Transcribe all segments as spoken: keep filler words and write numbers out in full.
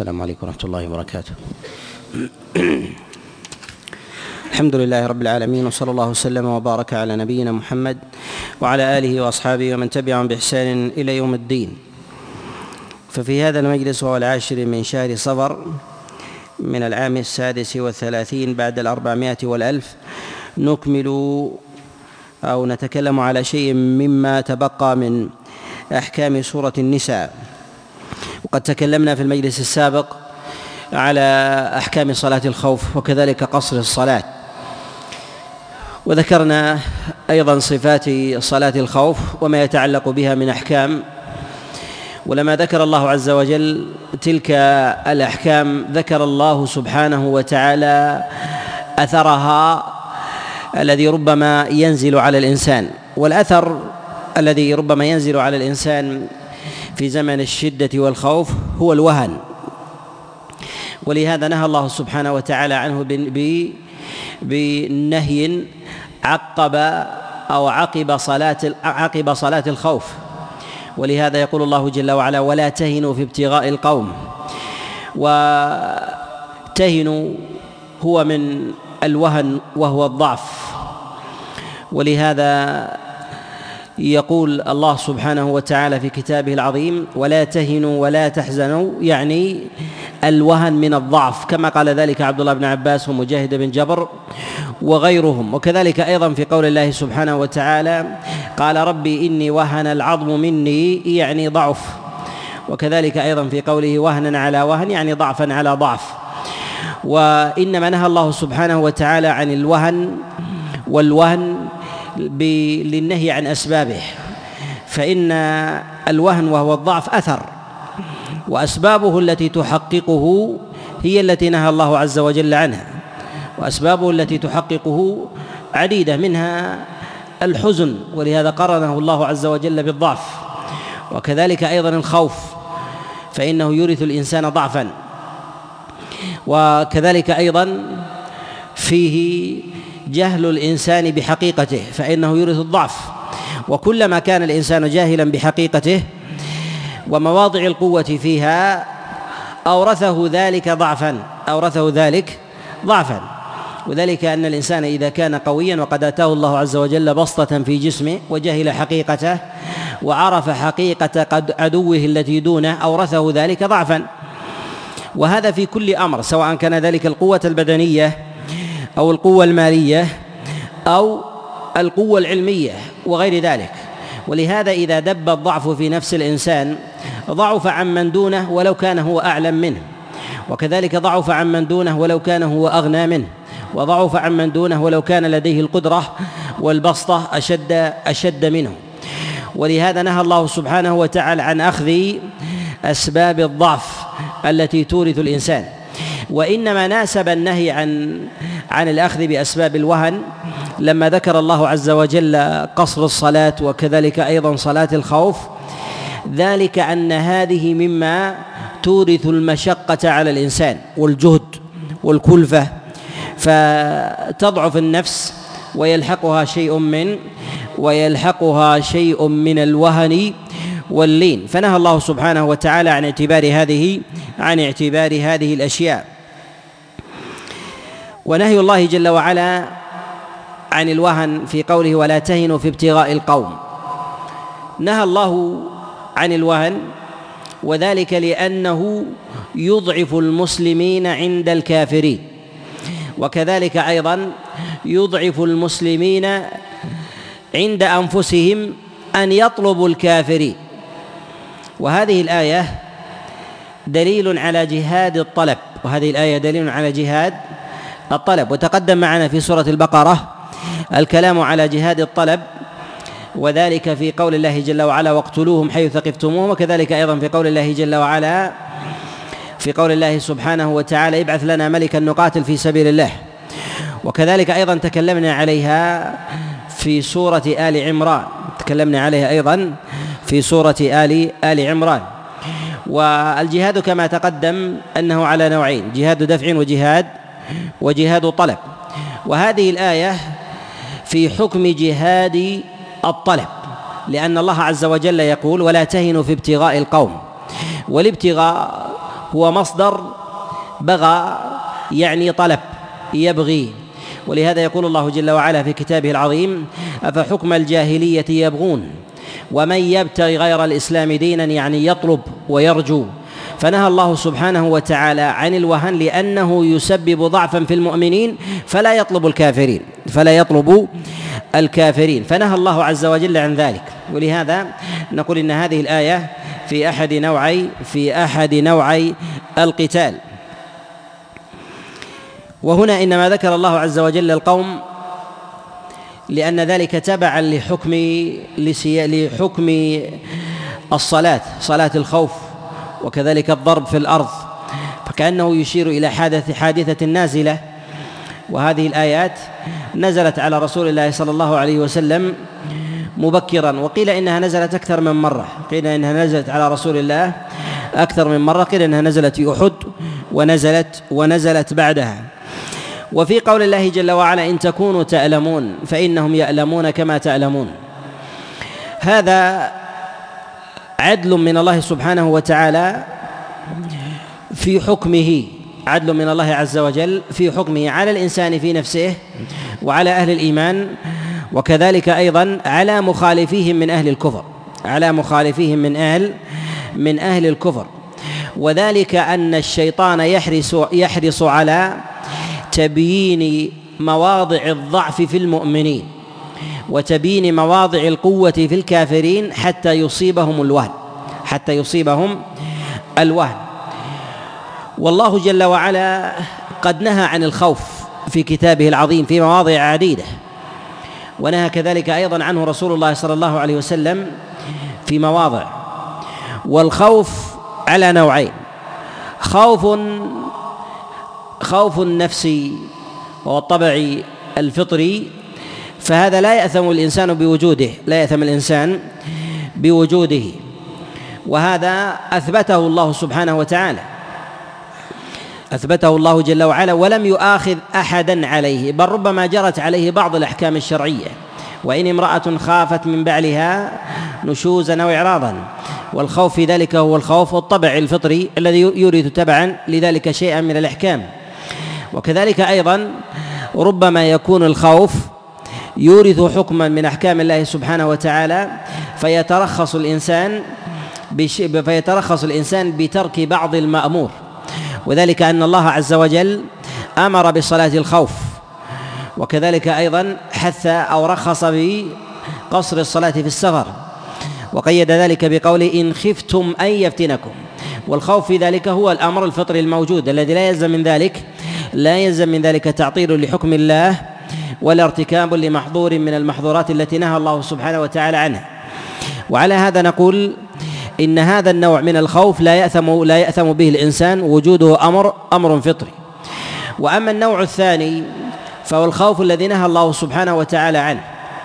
السلام عليكم ورحمة الله وبركاته. الحمد لله رب العالمين، وصلى الله وسلم وبارك على نبينا محمد وعلى آله وأصحابه ومن تبعهم بإحسان إلى يوم الدين. ففي هذا المجلس وهو العاشر من شهر صفر من العام السادس والثلاثين بعد الأربعمائة والألف نكمل أو نتكلم على شيء مما تبقى من أحكام سورة النساء. وقد تكلمنا في المجلس السابق على أحكام صلاة الخوف وكذلك قصر الصلاة، وذكرنا أيضا صفات صلاة الخوف وما يتعلق بها من أحكام. ولما ذكر الله عز وجل تلك الأحكام ذكر الله سبحانه وتعالى أثرها الذي ربما ينزل على الإنسان، والأثر الذي ربما ينزل على الإنسان في زمن الشدة والخوف هو الوهن، ولهذا نهى الله سبحانه وتعالى عنه بنهي عقب أو عقب صلاة عقب صلاة الخوف. ولهذا يقول الله جل وعلا: ولا تهنوا في ابتغاء القوم. وتهنوا هو من الوهن وهو الضعف، ولهذا يقول الله سبحانه وتعالى في كتابه العظيم: ولا تهنوا ولا تحزنوا، يعني الوهن من الضعف، كما قال ذلك عبد الله بن عباس ومجاهد بن جبر وغيرهم. وكذلك أيضا في قول الله سبحانه وتعالى: قال ربي إني وهن العظم مني، يعني ضعف. وكذلك أيضا في قوله: وهنا على وهن، يعني ضعفا على ضعف. وإنما نهى الله سبحانه وتعالى عن الوهن والوهن للنهي عن أسبابه، فإن الوهن وهو الضعف أثر، وأسبابه التي تحققه هي التي نهى الله عز وجل عنها. وأسبابه التي تحققه عديدة، منها الحزن، ولهذا قرنه الله عز وجل بالضعف. وكذلك أيضا الخوف، فإنه يورث الإنسان ضعفا. وكذلك أيضا فيه جهل الإنسان بحقيقته، فإنه يورث الضعف. وكلما كان الإنسان جاهلا بحقيقته ومواضع القوة فيها أورثه ذلك ضعفا أورثه ذلك ضعفا وذلك أن الإنسان إذا كان قويا وقد آتاه الله عز وجل بسطة في جسمه وجهل حقيقته وعرف حقيقة عدوه التي دونه أورثه ذلك ضعفا. وهذا في كل أمر، سواء كان ذلك القوة البدنية أو القوة المالية أو القوة العلمية وغير ذلك. ولهذا إذا دب الضعف في نفس الإنسان ضعف عن من دونه ولو كان هو أعلم منه، وكذلك ضعف عن من دونه ولو كان هو أغنى منه، وضعف عن من دونه ولو كان لديه القدرة والبسطة أشد أشد منه. ولهذا نهى الله سبحانه وتعالى عن أخذ أسباب الضعف التي تورث الإنسان، وإنما ناسب النهي عن عن الأخذ بأسباب الوهن لما ذكر الله عز وجل قصر الصلاة وكذلك أيضا صلاة الخوف، ذلك أن هذه مما تورث المشقة على الإنسان والجهد والكلفة، فتضعف النفس ويلحقها شيء من ويلحقها شيء من الوهن واللين. فنهى الله سبحانه وتعالى عن اعتبار هذه عن اعتبار هذه الأشياء. ونهي الله جل وعلا عن الوهن في قوله: ولا تهنوا في ابتغاء القوم. نهى الله عن الوهن، وذلك لأنه يضعف المسلمين عند الكافرين، وكذلك أيضا يضعف المسلمين عند أنفسهم أن يطلبوا الكافرين. وهذه الآية دليل على جهاد الطلب، وهذه الآية دليل على جهاد الطلب. وتقدم معنا في سورة البقرة الكلام على جهاد الطلب، وذلك في قول الله جل وعلا: واقتلوهم حيث ثقفتموهم. وكذلك أيضا في قول الله جل وعلا في قول الله سبحانه وتعالى: ابعث لنا ملكا نقاتل في سبيل الله. وكذلك أيضا تكلمنا عليها في سورة آل عمران تكلمنا عليها أيضا في سورة آل آل عمران. والجهاد كما تقدم أنه على نوعين: جهاد دفع وجهاد وجهاد طلب. وهذه الآية في حكم جهاد الطلب، لأن الله عز وجل يقول: ولا تهنوا في ابتغاء القوم. والابتغاء هو مصدر بغى يعني طلب يبغي، ولهذا يقول الله جل وعلا في كتابه العظيم: أفحكم الجاهلية يبغون ومن يبتغي غير الإسلام دينا، يعني يطلب ويرجو. فنهى الله سبحانه وتعالى عن الوهن لأنه يسبب ضعفا في المؤمنين، فلا يطلب الكافرين فلا يطلب الكافرين فنهى الله عز وجل عن ذلك. ولهذا نقول إن هذه الآية في أحد نوعي في أحد نوعي القتال. وهنا إنما ذكر الله عز وجل القوم لأن ذلك تبعا لحكم لحكم الصلاة، صلاة الخوف، وكذلك الضرب في الأرض، فكأنه يشير إلى حادث حادثة نازلة. وهذه الآيات نزلت على رسول الله صلى الله عليه وسلم مبكرا، وقيل إنها نزلت أكثر من مرة، قيل إنها نزلت على رسول الله أكثر من مرة، قيل إنها نزلت في أحد ونزلت ونزلت بعدها. وفي قول الله جل وعلا: إن تكونوا تألمون فإنهم يألمون كما تألمون، هذا عدل من الله سبحانه وتعالى في حكمه، عدل من الله عز وجل في حكمه على الإنسان في نفسه وعلى أهل الإيمان، وكذلك أيضا على مخالفيهم من أهل الكفر على مخالفيهم من أهل من أهل الكفر. وذلك أن الشيطان يحرص يحرص على تبيين مواضع الضعف في المؤمنين وتبيين مواضع القوة في الكافرين حتى يصيبهم الوهن حتى يصيبهم الوهن. والله جل وعلا قد نهى عن الخوف في كتابه العظيم في مواضع عديدة، ونهى كذلك أيضا عنه رسول الله صلى الله عليه وسلم في مواضع. والخوف على نوعين: خوف خوف النفسي وهو الطبع الفطري، فهذا لا يأثم الإنسان بوجوده لا يأثم الإنسان بوجوده وهذا أثبته الله سبحانه وتعالى أثبته الله جل وعلا، ولم يؤاخذ أحدا عليه، بل ربما جرت عليه بعض الأحكام الشرعية. وإن امرأة خافت من بعلها نشوزا أو إعراضا، والخوف في ذلك هو الخوف والطبع الفطري الذي يورث تبعا لذلك شيئا من الأحكام. وكذلك أيضا ربما يكون الخوف يورث حكما من أحكام الله سبحانه وتعالى، فيترخص الإنسان فيترخص الإنسان بترك بعض المأمور، وذلك أن الله عز وجل أمر بصلاة الخوف، وكذلك أيضا حث أو رخص بقصر الصلاة في السفر، وقيد ذلك بقوله: إن خفتم أن يفتنكم. والخوف في ذلك هو الأمر الفطري الموجود الذي لا يلزم من ذلك لا يلزم من ذلك تعطيل لحكم الله ولا ارتكاب لمحظور من المحظورات التي نهى الله سبحانه وتعالى عنها. وعلى هذا نقول إن هذا النوع من الخوف لا يأثم لا يأثم به الإنسان، وجوده أمر أمر فطري. وأما النوع الثاني فهو الخوف الذي نهى الله سبحانه وتعالى عنه،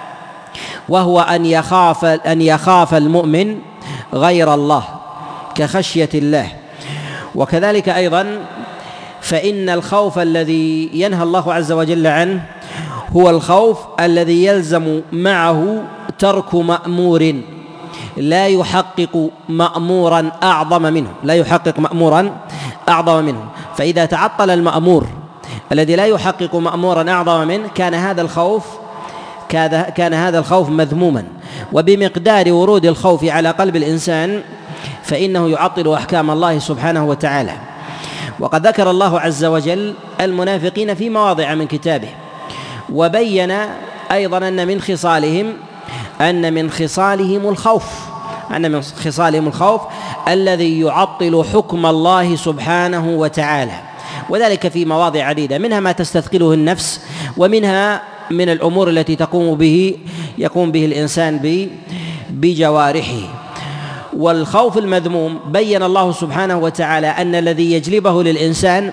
وهو أن يخاف أن يخاف المؤمن غير الله كخشية الله. وكذلك أيضا فإن الخوف الذي ينهى الله عز وجل عنه هو الخوف الذي يلزم معه ترك مأمور لا يحقق مأمورا أعظم منه لا يحقق مأمورا أعظم منه فإذا تعطل المأمور الذي لا يحقق مأمورا أعظم منه كان هذا الخوف كان هذا الخوف مذموما. وبمقدار ورود الخوف على قلب الإنسان فإنه يعطل أحكام الله سبحانه وتعالى. وقد ذكر الله عز وجل المنافقين في مواضع من كتابه، وبين أيضا أن من خصالهم أن من خصالهم الخوف أن من خصالهم الخوف الذي يعطل حكم الله سبحانه وتعالى، وذلك في مواضع عديدة، منها ما تستثقله النفس، ومنها من الأمور التي تقوم به يقوم به الإنسان بجوارحه. والخوف المذموم بين الله سبحانه وتعالى أن الذي يجلبه للإنسان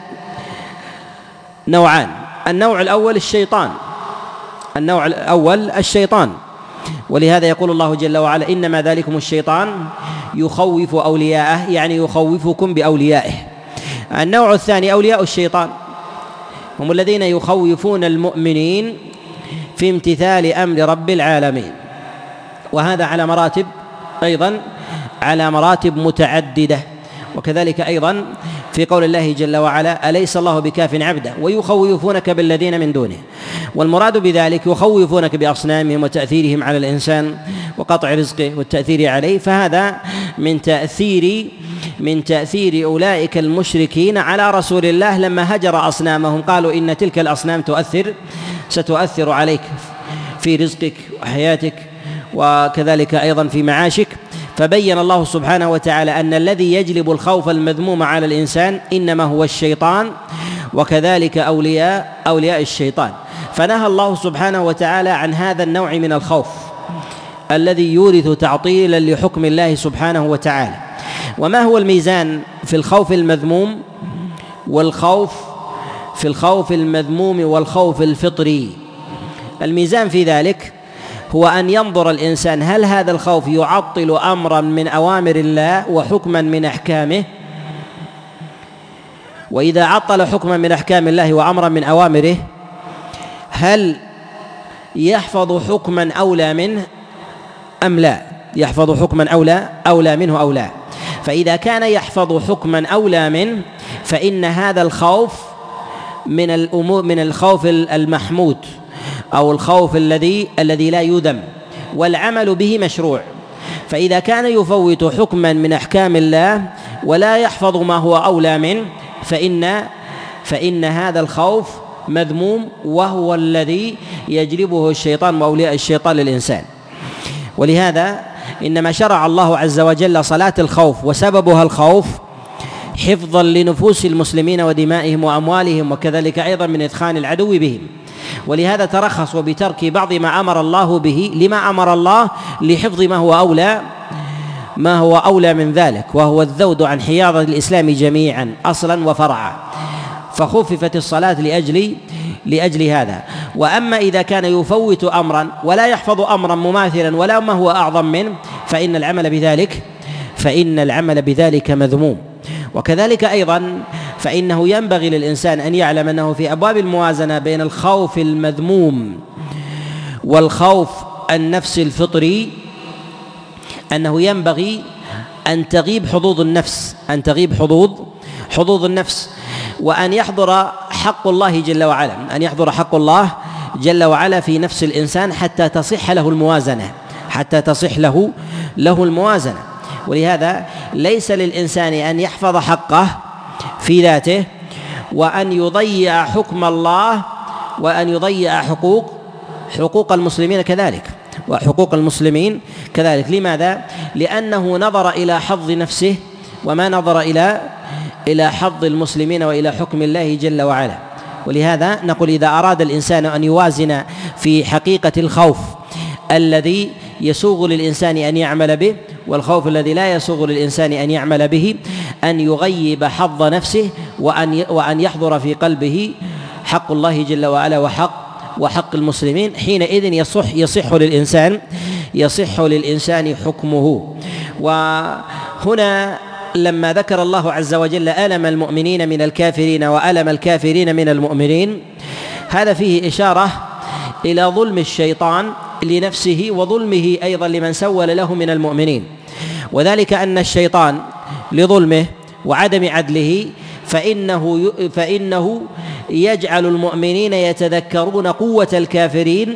نوعان: النوع الأول الشيطان النوع الأول الشيطان ولهذا يقول الله جل وعلا: إنما ذلكم الشيطان يخوف أولياءه، يعني يخوفكم بأوليائه. النوع الثاني أولياء الشيطان هم الذين يخوفون المؤمنين في امتثال أمر رب العالمين، وهذا على مراتب أيضا على مراتب متعددة. وكذلك أيضا في قول الله جل وعلا: أليس الله بكاف عبده ويخوفونك بالذين من دونه. والمراد بذلك يخوفونك بأصنامهم وتأثيرهم على الإنسان وقطع رزقه والتأثير عليه، فهذا من تأثير من تأثير أولئك المشركين على رسول الله لما هجر أصنامهم. قالوا إن تلك الأصنام تؤثر ستؤثر عليك في رزقك وحياتك وكذلك أيضا في معاشك. فبين الله سبحانه وتعالى أن الذي يجلب الخوف المذموم على الإنسان إنما هو الشيطان، وكذلك أولياء أولياء الشيطان. فنهى الله سبحانه وتعالى عن هذا النوع من الخوف الذي يورث تعطيلا لحكم الله سبحانه وتعالى. وما هو الميزان في الخوف المذموم والخوف في الخوف المذموم والخوف الفطري؟ الميزان في ذلك هو أن ينظر الإنسان هل هذا الخوف يعطل أمرا من أوامر الله وحكما من أحكامه، وإذا عطل حكما من أحكام الله وأمرا من أوامره هل يحفظ حكما أولى منه أم لا، يحفظ حكما أولى أولى منه أو لا. فإذا كان يحفظ حكما أولى منه فإن هذا الخوف من الأمور من الخوف المحمود أو الخوف الذي الذي لا يذم والعمل به مشروع. فإذا كان يفوت حكما من أحكام الله ولا يحفظ ما هو أولى منه فإن فإن هذا الخوف مذموم، وهو الذي يجلبه الشيطان وأولياء الشيطان للإنسان. ولهذا إنما شرع الله عز وجل صلاة الخوف وسببها الخوف حفظا لنفوس المسلمين ودمائهم وأموالهم، وكذلك أيضا من إدخال العدو بهم. ولهذا ترخصوا بترك بعض ما أمر الله به لما أمر الله لحفظ ما هو أولى ما هو أولى من ذلك، وهو الذود عن حياضة الإسلام جميعا أصلا وفرعا، فخففت الصلاة لأجل لأجل هذا. وأما إذا كان يفوت أمرا ولا يحفظ أمرا مماثلا ولا ما هو أعظم منه فإن العمل بذلك فإن العمل بذلك مذموم. وكذلك أيضا فإنه ينبغي للإنسان أن يعلم أنه في أبواب الموازنة بين الخوف المذموم والخوف النفس الفطري أنه ينبغي أن تغيب حظوظ النفس أن تغيب حظوظ حظوظ النفس وأن يحضر حق الله جل وعلا أن يحضر حق الله جل وعلا في نفس الإنسان حتى تصح له الموازنة حتى تصح له له الموازنة. ولهذا ليس للإنسان أن يحفظ حقه في ذاته وأن يضيع حكم الله وأن يضيع حقوق حقوق المسلمين كذلك وحقوق المسلمين كذلك. لماذا؟ لأنه نظر إلى حظ نفسه وما نظر إلى إلى حظ المسلمين وإلى حكم الله جل وعلا. ولهذا نقول إذا أراد الإنسان أن يوازن في حقيقة الخوف الذي يسوغ للإنسان أن يعمل به والخوف الذي لا يسوغ للإنسان أن يعمل به، أن يغيب حظ نفسه وأن وأن يحضر في قلبه حق الله جل وعلا وحق وحق المسلمين. حينئذ يصح يصح للإنسان يصح للإنسان حكمه. وهنا لما ذكر الله عز وجل ألم المؤمنين من الكافرين وألم الكافرين من المؤمنين، هذا فيه إشارة إلى ظلم الشيطان لنفسه وظلمه أيضا لمن سول له من المؤمنين، وذلك أن الشيطان لظلمه وعدم عدله فإنه فإنه يجعل المؤمنين يتذكرون قوة الكافرين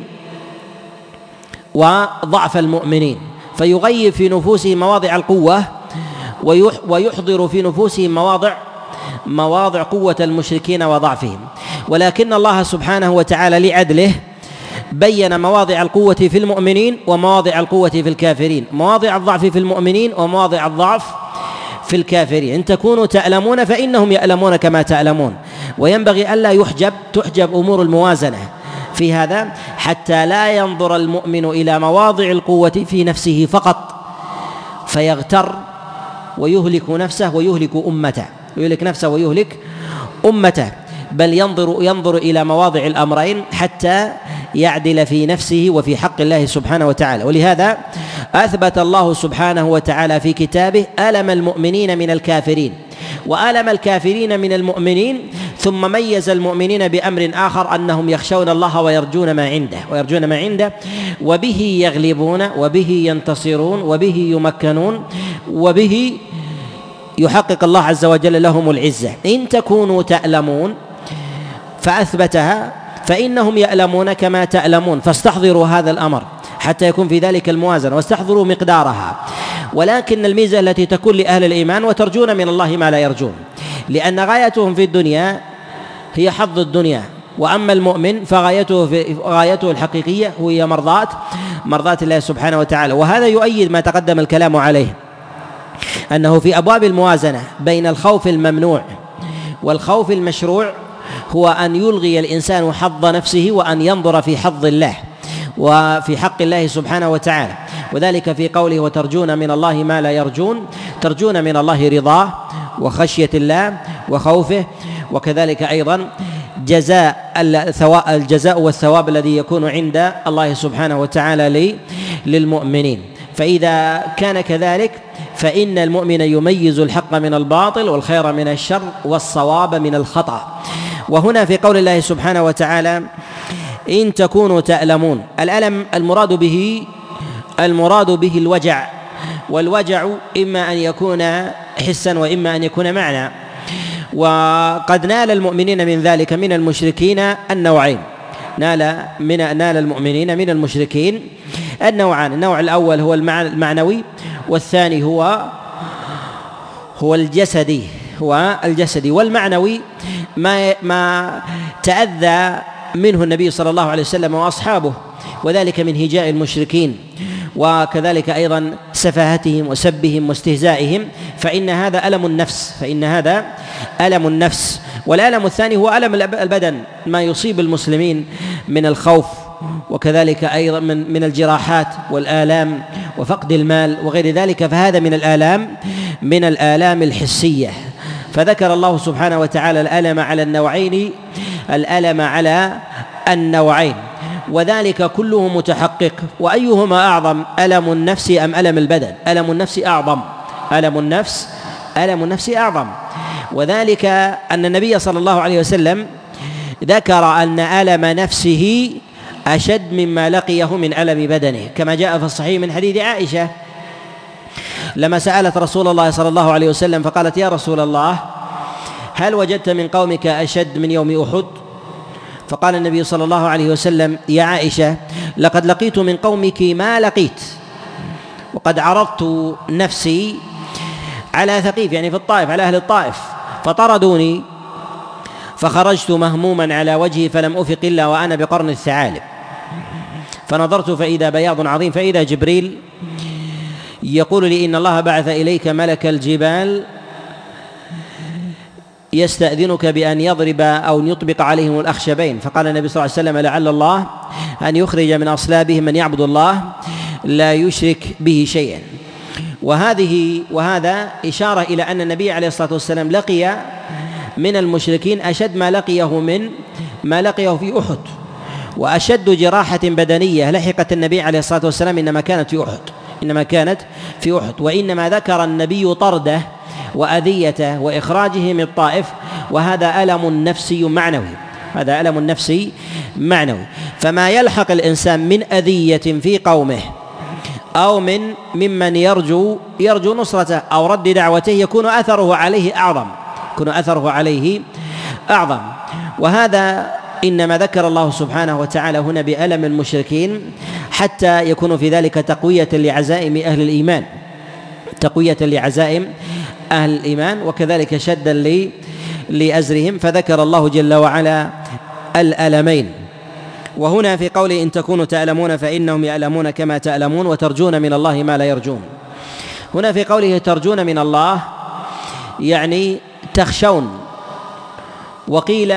وضعف المؤمنين، فيغيب في نفوسهم مواضع القوة ويحضر في نفوسهم مواضع مواضع قوة المشركين وضعفهم. ولكن الله سبحانه وتعالى لعدله بين مواضع القوة في المؤمنين ومواضع القوة في الكافرين، مواضع الضعف في المؤمنين ومواضع الضعف في الكافرين. إن تكونوا تألمون فإنهم يألمون كما تألمون. وينبغي ألا يحجب تحجب أمور الموازنة في هذا حتى لا ينظر المؤمن إلى مواضع القوة في نفسه فقط فيغتر ويهلك نفسه ويهلك أمته ويهلك نفسه ويهلك أمته، بل ينظر ينظر إلى مواضع الأمرين حتى يعدل في نفسه وفي حق الله سبحانه وتعالى. ولهذا أثبت الله سبحانه وتعالى في كتابه ألم المؤمنين من الكافرين وألم الكافرين من المؤمنين، ثم ميز المؤمنين بأمر آخر أنهم يخشون الله ويرجون ما عنده ويرجون ما عنده وبه يغلبون وبه ينتصرون وبه يمكنون وبه يحقق الله عز وجل لهم العزة. إن تكونوا تألمون فأثبتها فإنهم يألمون كما تألمون، فاستحضروا هذا الأمر حتى يكون في ذلك الموازنة واستحضروا مقدارها. ولكن الميزة التي تكون لأهل الإيمان وترجون من الله ما لا يرجون، لأن غايتهم في الدنيا هي حظ الدنيا، وأما المؤمن فغايته في غايته الحقيقية هي مرضاة مرضاة الله سبحانه وتعالى. وهذا يؤيد ما تقدم الكلام عليه، أنه في أبواب الموازنة بين الخوف الممنوع والخوف المشروع هو أن يلغي الإنسان حظ نفسه وأن ينظر في حظ الله وفي حق الله سبحانه وتعالى. وذلك في قوله وترجون من الله ما لا يرجون، ترجون من الله رضاه وخشية الله وخوفه، وكذلك أيضا جزاء الجزاء والثواب الذي يكون عند الله سبحانه وتعالى للمؤمنين. فإذا كان كذلك فإن المؤمن يميز الحق من الباطل والخير من الشر والصواب من الخطأ. وهنا في قول الله سبحانه وتعالى إن تكونوا تألمون، الألم المراد به المراد به الوجع، والوجع إما أن يكون حسا وإما أن يكون معنى. وقد نال المؤمنين من ذلك من المشركين النوعين، نال من نال المؤمنين من المشركين النوعان. النوع الأول هو المعنوي، والثاني هو هو الجسدي هو الجسدي. والمعنوي ما ما تأذى منه النبي صلى الله عليه وسلم وأصحابه، وذلك من هجاء المشركين، وكذلك أيضا سفاهتهم وسبهم واستهزائهم، فإن هذا ألم النفس فإن هذا ألم النفس. والألم الثاني هو ألم البدن، ما يصيب المسلمين من الخوف، وكذلك أيضا من من الجراحات والآلام وفقد المال وغير ذلك، فهذا من الآلام من الآلام الحسية. فذكر الله سبحانه وتعالى الألم على النوعين الألم على النوعين وذلك كله متحقق. وأيهما أعظم، ألم النفس أم ألم البدن؟ ألم النفس أعظم ألم النفس ألم النفس أعظم. وذلك أن النبي صلى الله عليه وسلم ذكر أن ألم نفسه أشد مما لقيه من ألم بدنه، كما جاء في الصحيح من حديث عائشة لما سألت رسول الله صلى الله عليه وسلم فقالت يا رسول الله هل وجدت من قومك أشد من يوم أحد؟ فقال النبي صلى الله عليه وسلم يا عائشة لقد لقيت من قومك ما لقيت، وقد عرضت نفسي على ثقيف، يعني في الطائف، على أهل الطائف، فطردوني فخرجت مهموما على وجهي فلم أفق إلا وأنا بقرن الثعالب، فنظرت فإذا بياض عظيم، فإذا جبريل يقول لي إن الله بعث إليك ملك الجبال يستأذنك بأن يضرب أو يطبق عليهم الأخشبين. فقال النبي صلى الله عليه وسلم لعل الله أن يخرج من أصلابهم من يعبد الله لا يشرك به شيئا. وهذه وهذا إشارة إلى أن النبي عليه الصلاة والسلام لقي من المشركين أشد ما لقيه من ما لقيه في أحد. وأشد جراحة بدنية لحقت النبي عليه الصلاة والسلام إنما كانت في أحد إنما كانت في أحد وإنما ذكر النبي طرده وأذيته وإخراجه من الطائف، وهذا ألم نفسي معنوي هذا ألم نفسي معنوي. فما يلحق الإنسان من أذية في قومه أو من ممن يرجو يرجو نصرته أو رد دعوته يكون أثره عليه أعظم يكون أثره عليه أعظم. وهذا إنما ذكر الله سبحانه وتعالى هنا بألم المشركين حتى يكون في ذلك تقوية لعزائم أهل الإيمان تقوية لعزائم أهل الإيمان وكذلك شدا لأزرهم، فذكر الله جل وعلا الألمين. وهنا في قوله إن تكونوا تألمون فإنهم يألمون كما تألمون وترجون من الله ما لا يرجون، هنا في قوله ترجون من الله يعني تخشون، وقيل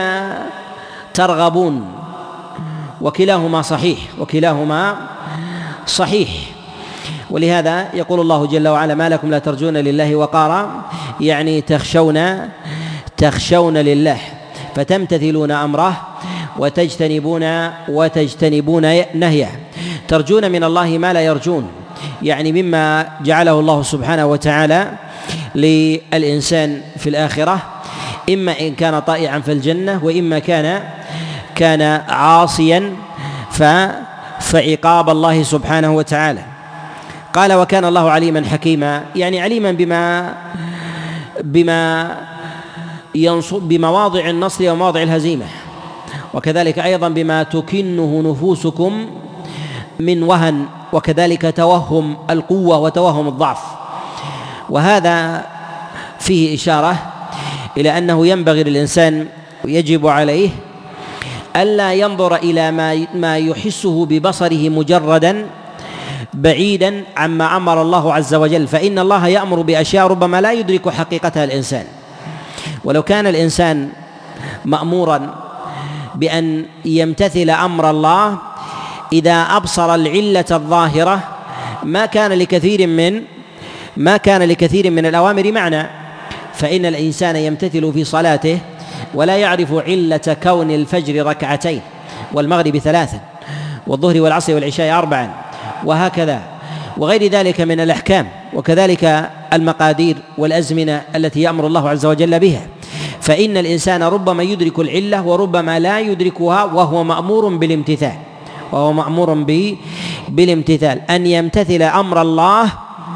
ترغبون، وكلاهما صحيح وكلاهما صحيح. ولهذا يقول الله جل وعلا ما لكم لا ترجون لله وقارا، يعني تخشون تخشون لله فتمتثلون أمره وتجتنبون وتجتنبون نهيه. ترجون من الله ما لا يرجون، يعني مما جعله الله سبحانه وتعالى للإنسان في الآخرة، إما إن كان طائعا في الجنة وإما كان كان عاصيا فعقاب الله سبحانه وتعالى. قال وكان الله عليما حكيما، يعني عليما بما بما بمواضع النصر ومواضع الهزيمة، وكذلك أيضا بما تكنه نفوسكم من وهن، وكذلك توهم القوة وتوهم الضعف. وهذا فيه إشارة إلى أنه ينبغي للإنسان ويجب عليه ألا ينظر إلى ما ما يحسه ببصره مجردا بعيدا عما أمر الله عز وجل، فإن الله يأمر بأشياء ربما لا يدرك حقيقتها الإنسان. ولو كان الإنسان مأمورا بأن يمتثل أمر الله إذا أبصر العلة الظاهرة ما كان لكثير من ما كان لكثير من الأوامر معنى. فإن الإنسان يمتثل في صلاته ولا يعرف علة كون الفجر ركعتين والمغرب ثلاثا والظهر والعصر والعشاء أربعا وهكذا وغير ذلك من الأحكام، وكذلك المقادير والأزمنة التي يأمر الله عز وجل بها. فإن الإنسان ربما يدرك العلة وربما لا يدركها وهو مأمور بالامتثال وهو مأمور بالامتثال أن يمتثل أمر الله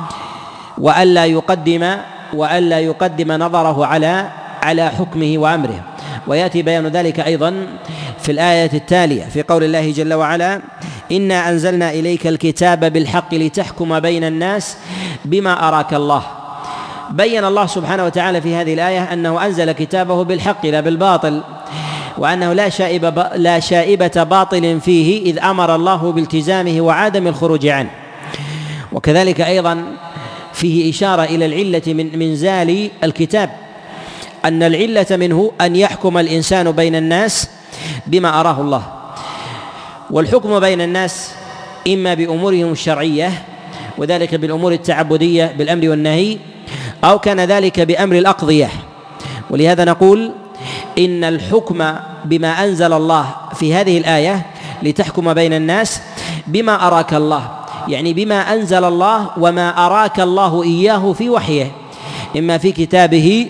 وألا يقدم وألا يقدم نظره على على حكمه وأمره. ويأتي بيان ذلك أيضا في الآية التالية في قول الله جل وعلا: إنا أنزلنا إليك الكتاب بالحق لتحكم بين الناس بما أراك الله. بين الله سبحانه وتعالى في هذه الآية أنه أنزل كتابه بالحق لا بالباطل، وأنه لا شائبة لا شائبة باطل فيه، إذ أمر الله بالتزامه وعدم الخروج عنه. وكذلك أيضا فيه إشارة إلى العلة من منزال الكتاب، أن العلة منه أن يحكم الإنسان بين الناس بما أراه الله. والحكم بين الناس إما بأمورهم الشرعية وذلك بالأمور التعبدية بالأمر والنهي، أو كان ذلك بأمر الأقضية. ولهذا نقول إن الحكم بما أنزل الله في هذه الآية لتحكم بين الناس بما أراك الله، يعني بما أنزل الله وما أراك الله إياه في وحيه، إما في كتابه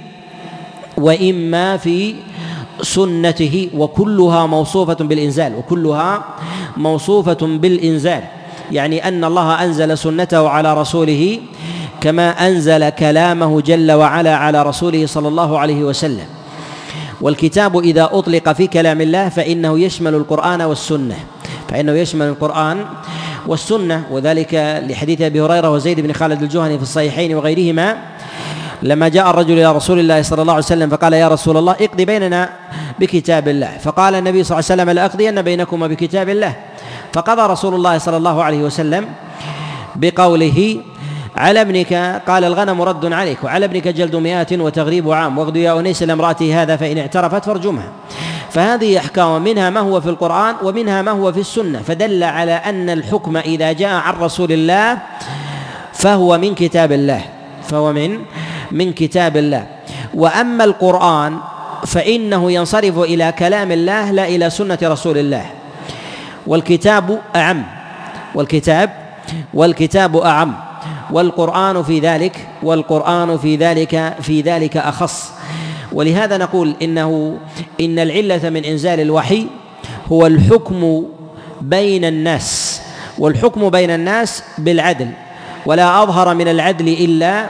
وإما في سنته، وكلها موصوفة بالإنزال وكلها موصوفة بالإنزال يعني أن الله أنزل سنته على رسوله كما أنزل كلامه جل وعلا على رسوله صلى الله عليه وسلم. والكتاب إذا أطلق في كلام الله فإنه يشمل القرآن والسنة فإنه يشمل القرآن والسنة وذلك لحديث أبي هريرة وزيد بن خالد الجهني في الصحيحين وغيرهما لما جاء الرجل إلى رسول الله صلى الله عليه وسلم فقال: يا رسول الله اقض بيننا بكتاب الله. فقال النبي صلى الله عليه وسلم: لأقضين بينكما بكتاب الله. فقضى رسول الله صلى الله عليه وسلم بقوله: على ابنك قال الغنم رد عليك، وعلى ابنك جلد مئات وتغريب عام، واغد يا أنيس لامرأته هذا فإن اعترفت فارجمها. فهذه أحكام منها ما هو في القرآن ومنها ما هو في السنة، فدل على أن الحكم إذا جاء عن رسول الله فهو من كتاب الله فهو من من كتاب الله. وأما القرآن فإنه ينصرف إلى كلام الله لا إلى سنة رسول الله. والكتاب أعم والكتاب والكتاب أعم والقرآن في ذلك والقرآن في ذلك في ذلك أخص. ولهذا نقول إنه إن العلة من إنزال الوحي هو الحكم بين الناس، والحكم بين الناس بالعدل، ولا أظهر من العدل إلا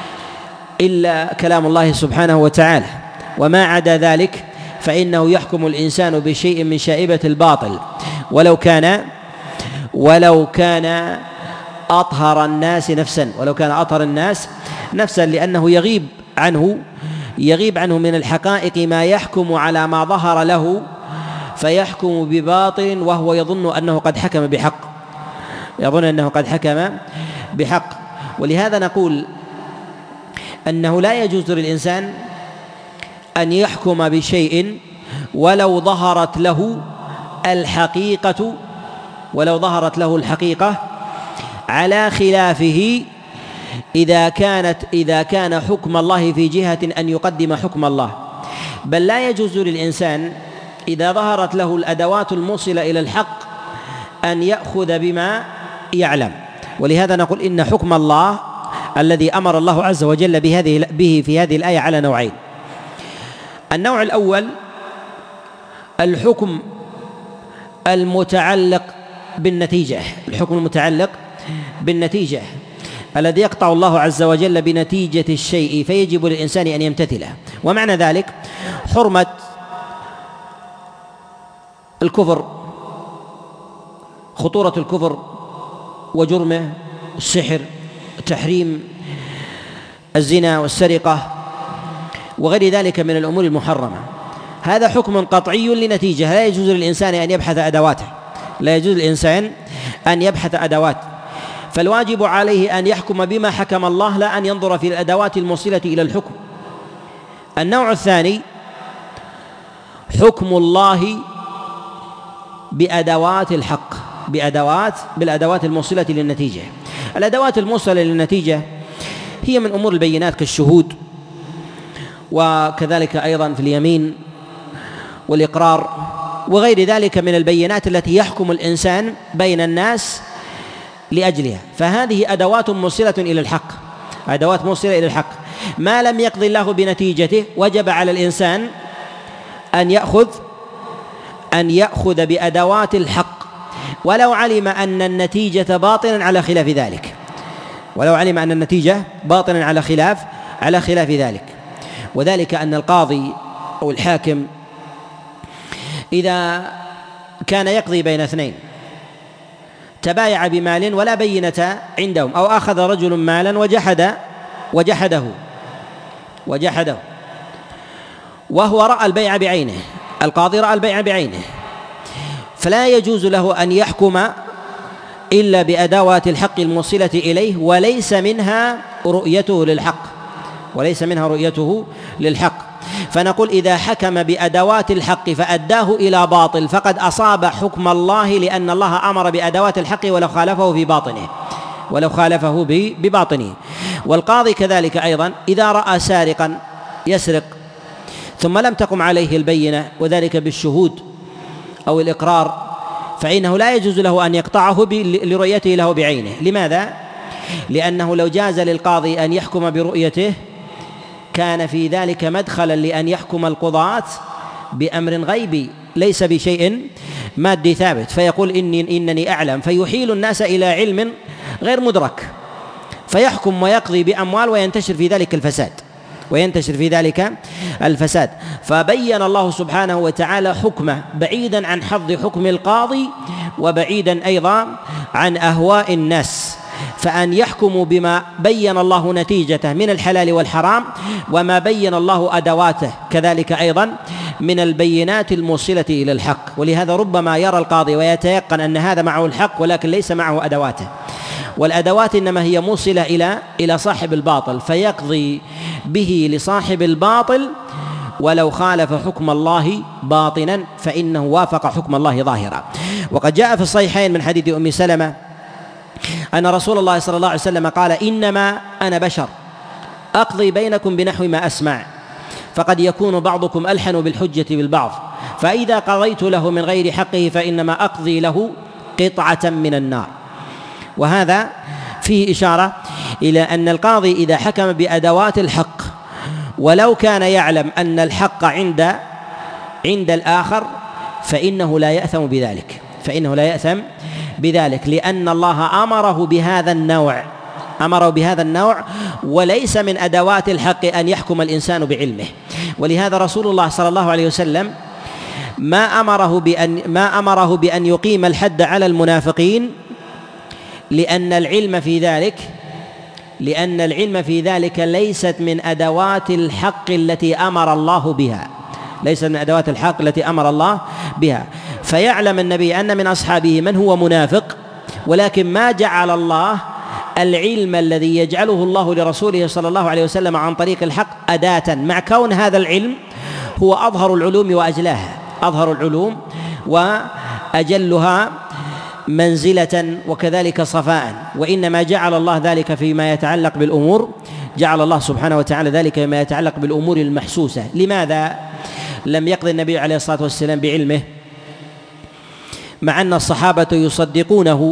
إلا كلام الله سبحانه وتعالى. وما عدا ذلك فإنه يحكم الإنسان بشيء من شائبة الباطل ولو كان ولو كان أطهر الناس نفسا ولو كان أطهر الناس نفسا لأنه يغيب عنه يغيب عنه من الحقائق ما يحكم على ما ظهر له فيحكم بباطل وهو يظن أنه قد حكم بحق يظن أنه قد حكم بحق. ولهذا نقول أنه لا يجوز للإنسان أن يحكم بشيء ولو ظهرت له الحقيقة ولو ظهرت له الحقيقة على خلافه إذا كانت إذا كان حكم الله في جهة أن يقدم حكم الله. بل لا يجوز للإنسان إذا ظهرت له الأدوات الموصلة إلى الحق أن يأخذ بما يعلم. ولهذا نقول إن حكم الله الذي أمر الله عز وجل بهذه به في هذه الآية على نوعين. النوع الأول الحكم المتعلق بالنتيجة الحكم المتعلق بالنتيجة الذي يقطع الله عز وجل بنتيجة الشيء فيجب للإنسان أن يمتثله. ومعنى ذلك حرمة الكفر، خطورة الكفر وجرمه، السحر، تحريم الزنا والسرقة وغير ذلك من الأمور المحرمة، هذا حكم قطعي لنتيجة، لا يجوز للإنسان أن يبحث أدواته، لا يجوز للإنسان أن يبحث أدوات، فالواجب عليه أن يحكم بما حكم الله لا أن ينظر في الأدوات الموصلة إلى الحكم. النوع الثاني حكم الله بأدوات الحق، بأدوات بالأدوات الموصلة للنتيجة. الأدوات الموصلة للنتيجة هي من أمور البينات كالشهود، وكذلك أيضا في اليمين والإقرار وغير ذلك من البينات التي يحكم الإنسان بين الناس لأجلها، فهذه أدوات موصلة إلى الحق، أدوات موصلة إلى الحق. ما لم يقضي الله بنتيجته وجب على الإنسان أن يأخذ أن يأخذ بأدوات الحق، ولو علم أن النتيجة باطلا على خلاف ذلك، ولو علم أن النتيجة باطلا على خلاف على خلاف ذلك. وذلك أن القاضي أو الحاكم إذا كان يقضي بين اثنين تبايع بمال ولا بينة عندهم، أو أخذ رجل مالا وجحد وجحده وجحده وهو رأى البيع بعينه، القاضي رأى البيع بعينه، فلا يجوز له أن يحكم إلا بأدوات الحق الموصلة إليه، وليس منها رؤيته للحق، وليس منها رؤيته للحق. فنقول إذا حكم بأدوات الحق فأداه إلى باطل فقد أصاب حكم الله، لأن الله أمر بأدوات الحق ولو خالفه في باطنه ولو خالفه بباطنه. والقاضي كذلك أيضا إذا رأى سارقا يسرق ثم لم تقم عليه البينة وذلك بالشهود أو الإقرار، فإنه لا يجوز له أن يقطعه لرؤيته له بعينه. لماذا؟ لأنه لو جاز للقاضي أن يحكم برؤيته كان في ذلك مدخلا لأن يحكم القضاة بأمر غيبي ليس بشيء مادي ثابت، فيقول إني إنني أعلم، فيحيل الناس إلى علم غير مدرك، فيحكم ويقضي بأموال وينتشر في ذلك الفساد وينتشر في ذلك الفساد. فبين الله سبحانه وتعالى حكمه بعيدا عن حظ حكم القاضي وبعيدا أيضا عن أهواء الناس، فأن يحكموا بما بين الله نتيجته من الحلال والحرام وما بين الله أدواته كذلك أيضا من البينات الموصلة إلى الحق. ولهذا ربما يرى القاضي ويتيقن أن هذا معه الحق ولكن ليس معه أدواته، والأدوات إنما هي موصلة إلى إلى صاحب الباطل، فيقضي به لصاحب الباطل ولو خالف حكم الله باطنا فإنه وافق حكم الله ظاهرا. وقد جاء في الصحيحين من حديث أم سلمة أن رسول الله صلى الله عليه وسلم قال: إنما أنا بشر أقضي بينكم بنحو ما أسمع، فقد يكون بعضكم ألحن بالحجة بالبعض، فإذا قضيت له من غير حقه فإنما أقضي له قطعة من النار. وهذا فيه إشارة إلى أن القاضي إذا حكم بأدوات الحق ولو كان يعلم أن الحق عند عند الآخر فإنه لا يأثم بذلك فإنه لا يأثم بذلك لأن الله أمره بهذا النوع أمره بهذا النوع وليس من أدوات الحق أن يحكم الإنسان بعلمه. ولهذا رسول الله صلى الله عليه وسلم ما أمره بأن ما أمره بأن يقيم الحد على المنافقين لأن العلم في ذلك لأن العلم في ذلك ليست من أدوات الحق التي أمر الله بها ليست من أدوات الحق التي أمر الله بها. فيعلم النبي أن من أصحابه من هو منافق، ولكن ما جعل الله العلم الذي يجعله الله لرسوله صلى الله عليه وسلم عن طريق الحق أداة، مع كون هذا العلم هو أظهر العلوم وأجلاها أظهر العلوم وأجلها منزلة وكذلك صفاء، وإنما جعل الله ذلك فيما يتعلق بالأمور جعل الله سبحانه وتعالى ذلك فيما يتعلق بالأمور المحسوسة. لماذا لم يقضي النبي عليه الصلاة والسلام بعلمه مع أن الصحابة يصدقونه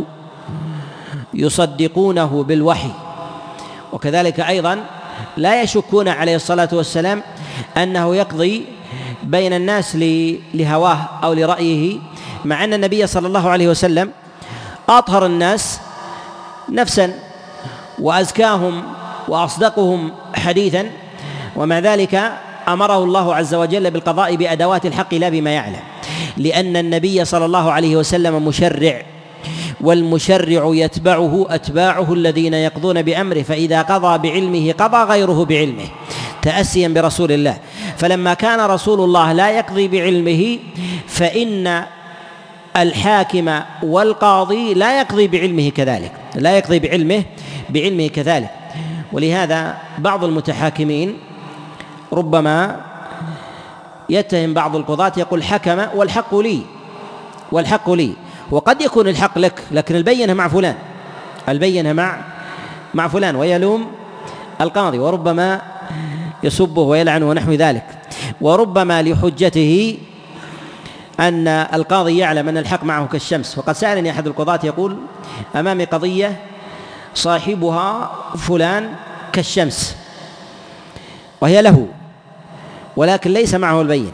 يصدقونه بالوحي، وكذلك أيضا لا يشكون عليه الصلاة والسلام أنه يقضي بين الناس لهواه أو لرأيه، مع أن النبي صلى الله عليه وسلم أطهر الناس نفسا وأزكاهم وأصدقهم حديثا، ومع ذلك أمره الله عز وجل بالقضاء بأدوات الحق لا بما يعلم، لأن النبي صلى الله عليه وسلم مشرع، والمشرع يتبعه أتباعه الذين يقضون بأمره، فإذا قضى بعلمه قضى غيره بعلمه تأسيا برسول الله. فلما كان رسول الله لا يقضي بعلمه، فإن الحاكم والقاضي لا يقضي بعلمه كذلك، لا يقضي بعلمه بعلمه كذلك. ولهذا بعض المتحاكمين ربما يتهم بعض القضاة يقول حكم والحق لي والحق لي، وقد يكون الحق لك لكن البينة مع فلان، البينة مع مع فلان، ويلوم القاضي، وربما يسبه ويلعنه ونحو ذلك. وربما لحجته أن القاضي يعلم أن الحق معه كالشمس. وقد سألني أحد القضاة يقول أمامي قضية صاحبها فلان كالشمس وهي له، ولكن ليس معه البينة،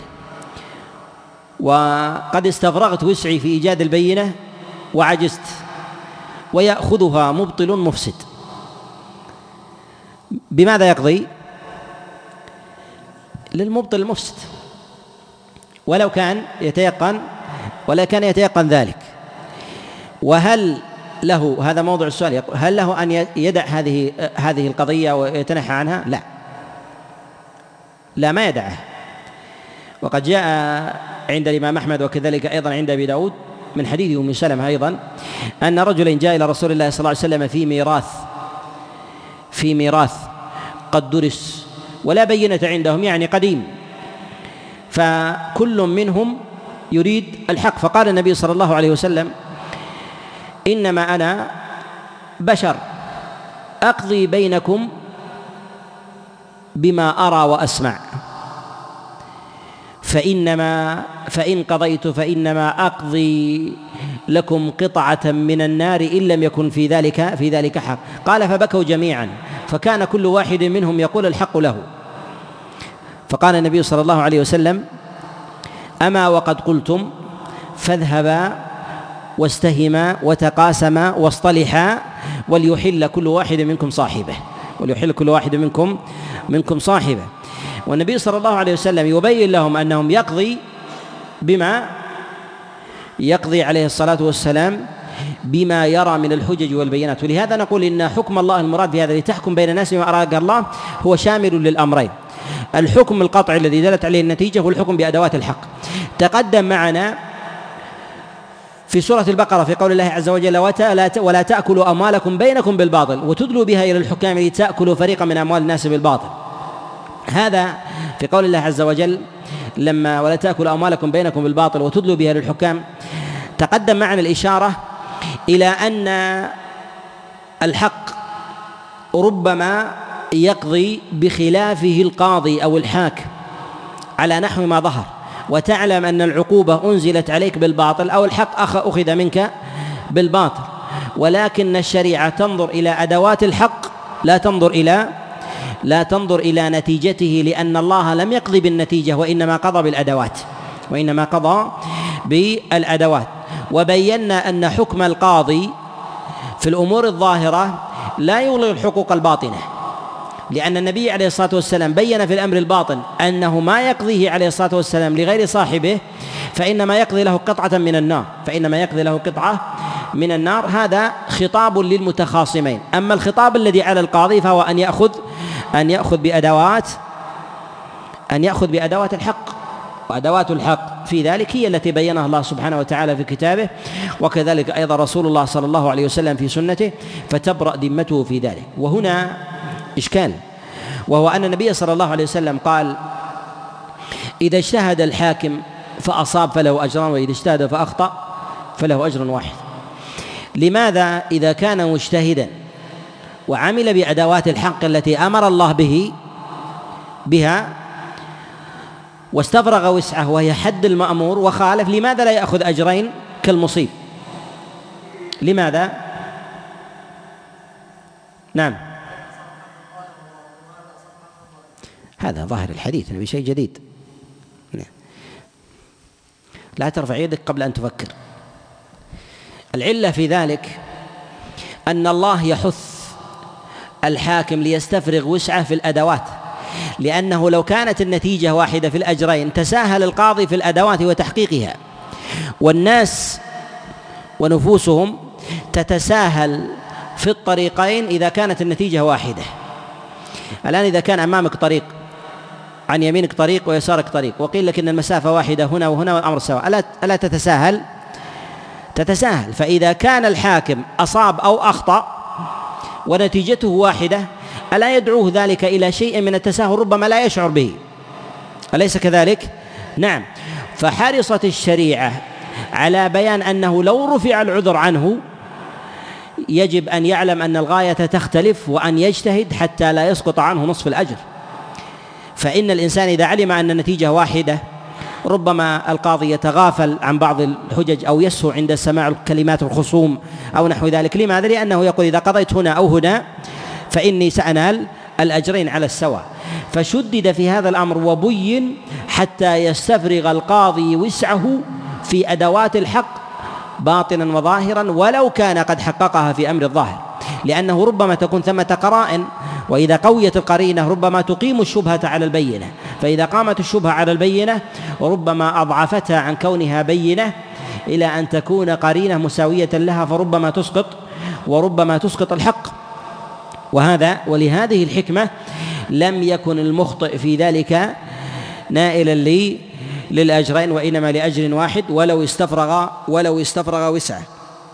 وقد استفرغت وسعي في إيجاد البينة وعجزت، ويأخذها مبطل مفسد. بماذا يقضي؟ للمبطل المفسد، ولو كان يتيقن ولا كان يتيقن ذلك. وهل له، هذا موضوع السؤال، هل له أن يدع هذه هذه القضية ويتنحى عنها؟ لا لا ما يدعه. وقد جاء عند الإمام أحمد وكذلك أيضا عند أبي داود من حديث أم سلمة أيضا أن رجلا جاء إلى رسول الله صلى الله عليه وسلم في ميراث في ميراث قد درس ولا بينة عندهم، يعني قديم، فكل منهم يريد الحق. فقال النبي صلى الله عليه وسلم إنما أنا بشر أقضي بينكم بما أرى وأسمع، فإنما فإن قضيت فإنما أقضي لكم قطعة من النار إن لم يكن في ذلك في ذلك حق. قال فبكوا جميعا، فكان كل واحد منهم يقول الحق له. فقال النبي صلى الله عليه وسلم أما وقد قلتم فاذهبا واستهما وتقاسما واصطلحا وليحل كل واحد منكم صاحبه وليحل كل واحد منكم منكم صاحبه. والنبي صلى الله عليه وسلم يبين لهم أنهم يقضي بما يقضي عليه الصلاة والسلام بما يرى من الحجج والبينات. ولهذا نقول إن حكم الله المراد بهذا لتحكم بين الناس بما أراك الله هو شامل للأمرين: الحكم القطعي الذي دلت عليه النتيجة، والحكم بأدوات الحق. تقدم معنا في سورة البقرة في قول الله عز وجل ولا تأكلوا أموالكم بينكم بالباطل وتدلوا بها إلى الحكام لتأكلوا فريقا من أموال الناس بالباطل. هذا في قول الله عز وجل لما ولا تأكلوا أموالكم بينكم بالباطل وتدلوا بها للحكام. تقدم معنا الإشارة إلى أن الحق ربما يقضي بخلافه القاضي أو الحاكم على نحو ما ظهر، وتعلم أن العقوبة أنزلت عليك بالباطل أو الحق أخذ منك بالباطل، ولكن الشريعة تنظر إلى أدوات الحق لا تنظر إلى لا تنظر إلى نتيجته، لأن الله لم يقضي بالنتيجة وإنما قضى بالأدوات وإنما قضى بالأدوات. وبينا أن حكم القاضي في الأمور الظاهرة لا يلغي الحقوق الباطنة، لأن النبي عليه الصلاة والسلام بين في الأمر الباطن أنه ما يقضيه عليه الصلاة والسلام لغير صاحبه فإنما يقضي له قطعة من النار فإنما يقضي له قطعة من النار. هذا خطاب للمتخاصمين. أما الخطاب الذي على القاضي فهو أن يأخذ أن يأخذ بأدوات أن يأخذ بأدوات الحق، وأدوات الحق في ذلك هي التي بينها الله سبحانه وتعالى في كتابه، وكذلك أيضا رسول الله صلى الله عليه وسلم في سنته، فتبرأ ذمته في ذلك. وهنا إشكال، وهو أن النبي صلى الله عليه وسلم قال إذا اجتهد الحاكم فأصاب فله أجران، وإذا اجتهد فأخطأ فله أجر واحد. لماذا إذا كان مجتهدا وعمل بأدوات الحق التي أمر الله به بها واستفرغ وسعه وهي حد المأمور وخالف، لماذا لا يأخذ أجرين كالمصيب؟ لماذا؟ نعم، هذا ظاهر الحديث نبي شيء جديد. لا ترفع يدك قبل أن تفكر. العلة في ذلك أن الله يحث الحاكم ليستفرغ وسعه في الأدوات، لأنه لو كانت النتيجة واحدة في الأجرين تساهل القاضي في الأدوات وتحقيقها، والناس ونفوسهم تتساهل في الطريقين إذا كانت النتيجة واحدة. الآن إذا كان أمامك طريق، عن يمينك طريق ويسارك طريق، وقيل لك إن المسافة واحدة هنا وهنا والأمر سواء، ألا ألا تتساهل؟ تتساهل. فإذا كان الحاكم أصاب أو أخطأ ونتيجته واحدة ألا يدعوه ذلك إلى شيء من التساهل ربما لا يشعر به، أليس كذلك؟ نعم. فحرصت الشريعة على بيان أنه لو رفع العذر عنه يجب أن يعلم أن الغاية تختلف، وأن يجتهد حتى لا يسقط عنه نصف الأجر. فإن الإنسان إذا علم أن النتيجة واحدة ربما القاضي يتغافل عن بعض الحجج أو يسهو عند سماع كلمات الخصوم أو نحو ذلك. لماذا؟ لأنه يقول إذا قضيت هنا أو هنا فإني سأنال الأجرين على السواء. فشدد في هذا الأمر وبين حتى يستفرغ القاضي وسعه في أدوات الحق باطنا وظاهرا، ولو كان قد حققها في أمر الظاهر، لأنه ربما تكون ثمة قرائن، وإذا قويت القرينة ربما تقيم الشبهة على البينة، فإذا قامت الشبهة على البينة ربما أضعفتها عن كونها بينة إلى أن تكون قرينة مساوية لها، فربما تسقط وربما تسقط الحق. وهذا ولهذه الحكمة لم يكن المخطئ في ذلك نائلا لي للأجرين، وإنما لأجر واحد ولو استفرغ ولو استفرغ وسعه.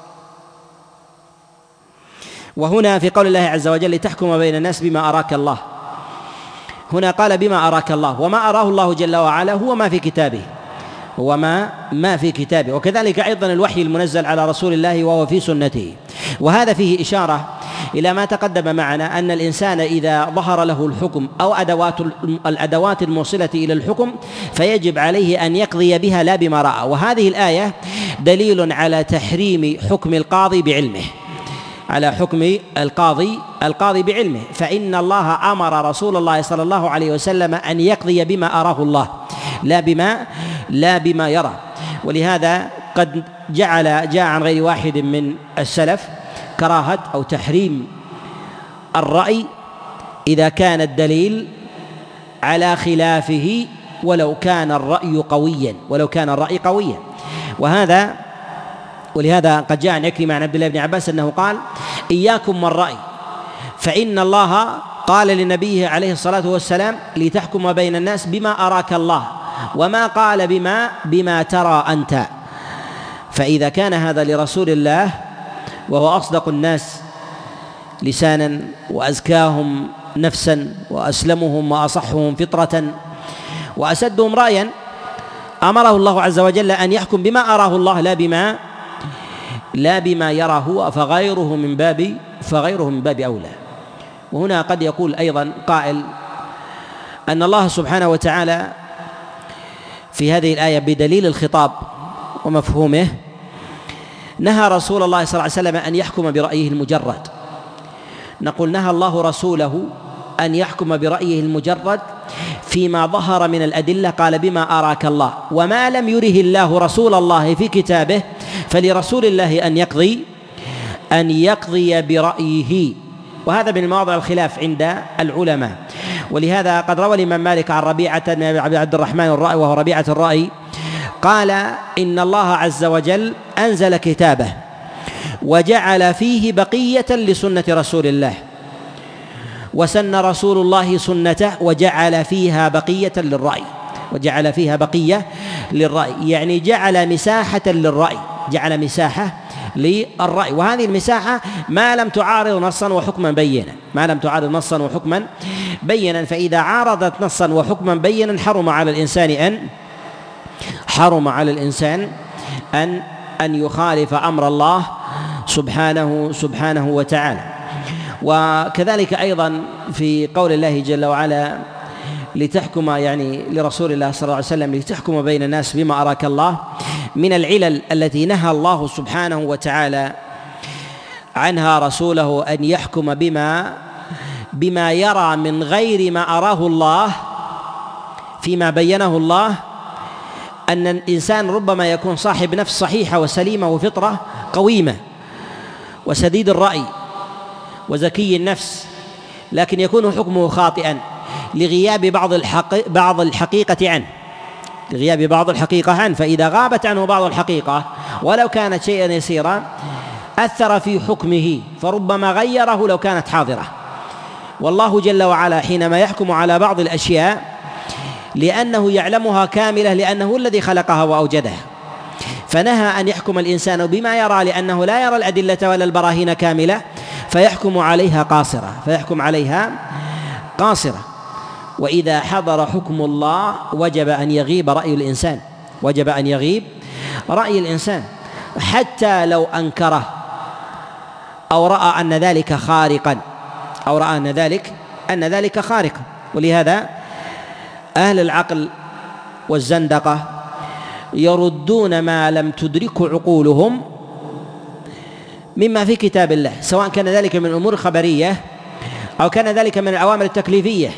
وهنا في قول الله عز وجل لتحكم بين الناس بما أراك الله، هنا قال بما أراك الله، وما أراه الله جل وعلا هو ما في كتابه، هو ما ما في كتابه، وكذلك أيضا الوحي المنزل على رسول الله وهو في سنته. وهذا فيه إشارة إلى ما تقدم معنا أن الإنسان إذا ظهر له الحكم أو أدوات الأدوات الموصلة إلى الحكم فيجب عليه أن يقضي بها لا بما رأى. وهذه الآية دليل على تحريم حكم القاضي بعلمه، على حكم القاضي القاضي بعلمه، فإن الله أمر رسول الله صلى الله عليه وسلم أن يقضي بما أراه الله لا بما لا بما يرى. ولهذا قد جعل جاء عن غير واحد من السلف كراهة أو تحريم الرأي إذا كان الدليل على خلافه ولو كان الرأي قويا ولو كان الرأي قويا. وهذا ولهذا قد جاء عن عكرمة عن عبد الله بن عباس أنه قال إياكم والرأي، فإن الله قال لنبيه عليه الصلاة والسلام لتحكم بين الناس بما أراك الله، وما قال بما بما ترى أنت. فإذا كان هذا لرسول الله وهو أصدق الناس لسانا وأزكاهم نفسا وأسلمهم وأصحهم فطرة وأسدهم رأيا، أمره الله عز وجل أن يحكم بما أراه الله لا بما لا بما يرى هو، فغيره من باب فغيره من باب أولى. وهنا قد يقول أيضا قائل أن الله سبحانه وتعالى في هذه الآية بدليل الخطاب ومفهومه نهى رسول الله صلى الله عليه وسلم أن يحكم برأيه المجرد. نقول نهى الله رسوله أن يحكم برأيه المجرد فيما ظهر من الأدلة، قال بما أراك الله، وما لم يره الله رسول الله في كتابه فلرسول الله أن يقضي أن يقضي برأيه. وهذا من مواضع الخلاف عند العلماء. ولهذا قد روى الإمام مالك عن ربيعة بن عبد الرحمن الرأي وهو ربيعة الرأي قال إن الله عز وجل أنزل كتابه وجعل فيه بقية لسنة رسول الله، وسن رسول الله سنته وجعل فيها بقية للرأي وجعل فيها بقية للرأي يعني جعل مساحة للرأي جعل مساحة للرأي وهذه المساحة ما لم تعارض نصا وحكما بينا ما لم تعارض نصا وحكما بينا فإذا عارضت نصا وحكما بينا حرم على الإنسان أن حرم على الإنسان أن أن يخالف أمر الله سبحانه سبحانه وتعالى. وكذلك أيضا في قول الله جل وعلا لتحكم يعني لرسول الله صلى الله عليه وسلم لتحكم بين الناس بما أراك الله، من العلل التي نهى الله سبحانه وتعالى عنها رسوله أن يحكم بما بما يرى من غير ما أراه الله فيما بينه الله، أن الإنسان ربما يكون صاحب نفس صحيحة وسليمة وفطرة قويمة وسديد الرأي وزكي النفس لكن يكون حكمه خاطئا لغياب بعض الحق بعض الحقيقة عنه لغياب بعض الحقيقة عنه فإذا غابت عنه بعض الحقيقة ولو كانت شيئا يسيرا أثر في حكمه فربما غيره لو كانت حاضرة. والله جل وعلا حينما يحكم على بعض الأشياء لأنه يعلمها كاملة لأنه الذي خلقها وأوجدها، فنهى أن يحكم الإنسان بما يرى لأنه لا يرى الأدلة ولا البراهين كاملة فيحكم عليها قاصرة فيحكم عليها قاصرة. وإذا حضر حكم الله وجب أن يغيب رأي الإنسان وجب أن يغيب رأي الإنسان حتى لو أنكره أو رأى أن ذلك خارقا أو رأى أن ذلك أن ذلك خارقا. ولهذا أهل العقل والزندقة يردون ما لم تدركه عقولهم مما في كتاب الله، سواء كان ذلك من الأمور الخبرية أو كان ذلك من الأوامر التكليفية.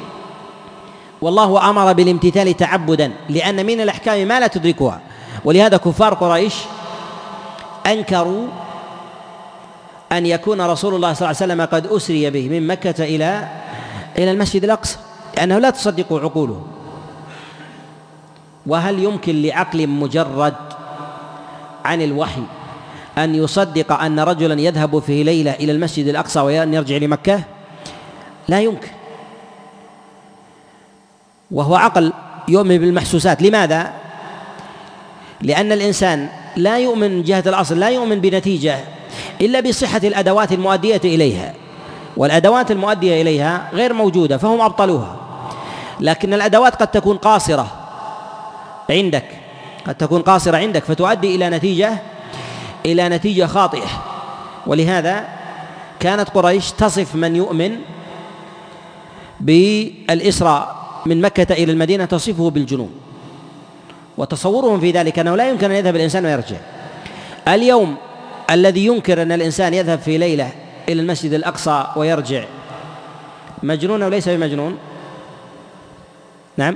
والله أمر بالامتثال تعبدا لأن من الأحكام ما لا تدركها. ولهذا كفار قريش أنكروا أن يكون رسول الله صلى الله عليه وسلم قد أسري به من مكة إلى إلى المسجد الأقصى لأنه لا تصدق عقوله. وهل يمكن لعقل مجرد عن الوحي أن يصدق أن رجلا يذهب في ليلة إلى المسجد الأقصى وأن يرجع لمكة؟ لا يمكن، وهو عقل يؤمن بالمحسوسات. لماذا؟ لأن الإنسان لا يؤمن من جهة الأصل لا يؤمن بنتيجة إلا بصحة الأدوات المؤدية إليها، والأدوات المؤدية إليها غير موجودة فهم أبطلوها. لكن الأدوات قد تكون قاصرة عندك قد تكون قاصرة عندك فتؤدي إلى نتيجة إلى نتيجة خاطئة. ولهذا كانت قريش تصف من يؤمن بالإسراء من مكة إلى المدينة تصفه بالجنون، وتصورهم في ذلك أنه لا يمكن أن يذهب الإنسان ويرجع. اليوم الذي ينكر أن الإنسان يذهب في ليلة إلى المسجد الأقصى ويرجع مجنون أو ليس بمجنون؟ نعم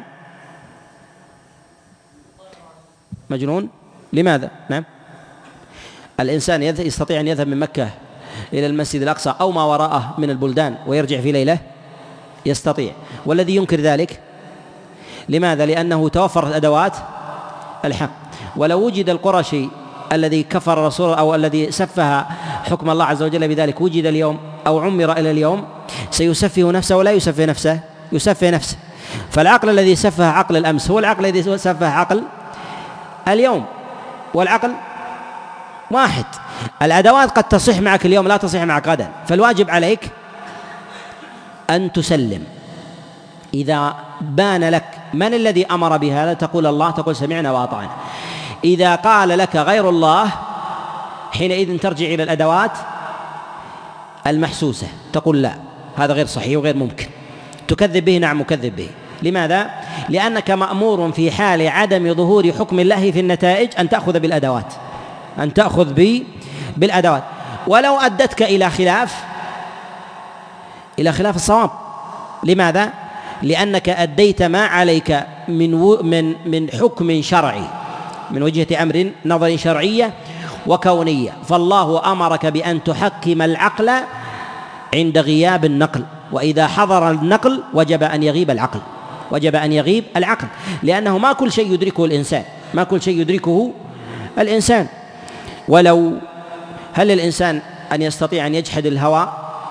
مجنون. لماذا؟ نعم الإنسان يستطيع أن يذهب من مكة إلى المسجد الأقصى أو ما وراءه من البلدان ويرجع في ليلة، يستطيع. والذي ينكر ذلك لماذا؟ لأنه توفرت أدوات الحق. ولو وجد القرشي الذي كفر الرسول أو الذي سفه حكم الله عز وجل بذلك وجد اليوم أو عمر إلى اليوم سيسفه نفسه ولا يسفه نفسه؟ يسفه نفسه. فالعقل الذي سفه عقل الأمس هو العقل الذي سفه عقل اليوم، والعقل واحد. الأدوات قد تصح معك اليوم لا تصح معك غدا، فالواجب عليك أن تسلم. إذا بان لك من الذي أمر بهذا تقول الله، تقول سمعنا وأطعنا. إذا قال لك غير الله حينئذ ترجع إلى الأدوات المحسوسة تقول لا هذا غير صحيح وغير ممكن. تكذب به؟ نعم مكذب به. لماذا؟ لأنك مأمور في حال عدم ظهور حكم الله في النتائج أن تأخذ بالأدوات أن تأخذ بالأدوات ولو أدتك إلى خلاف إلى خلاف الصواب. لماذا؟ لأنك أديت ما عليك من من من حكم شرعي من وجهة أمر نظر شرعية وكونية. فالله أمرك بأن تحكم العقل عند غياب النقل، وإذا حضر النقل وجب أن يغيب العقل وجب أن يغيب العقل لأنه ما كل شيء يدركه الإنسان ما كل شيء يدركه الإنسان. ولو هل الإنسان أن يستطيع أن يجحد الهوى؟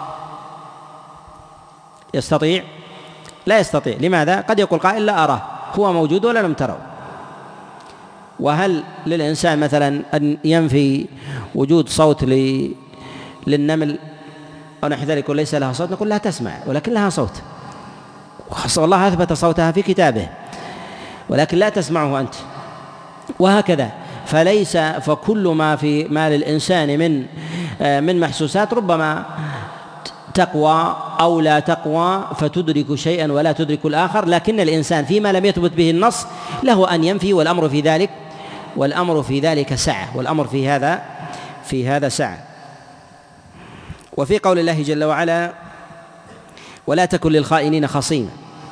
يستطيع؟ لا يستطيع. لماذا؟ قد يقول قائل لا أراه، هو موجود ولا لم تروا. وهل للإنسان مثلا أن ينفي وجود صوت للنمل أو نحو ذلك وليس لها صوت؟ نقول لها تسمع ولكن لها صوت، والله أثبت صوتها في كتابه ولكن لا تسمعه أنت، وهكذا. فليس فكل ما في ما للإنسان من من محسوسات ربما تقوى أو لا تقوى فتدرك شيئا ولا تدرك الآخر، لكن الإنسان فيما لم يثبت به النص له أن ينفي، والأمر في ذلك والأمر في ذلك سعة والأمر في هذا في هذا سعة. وفي قول الله جل وعلا ولا تكن للخائنين خصيما،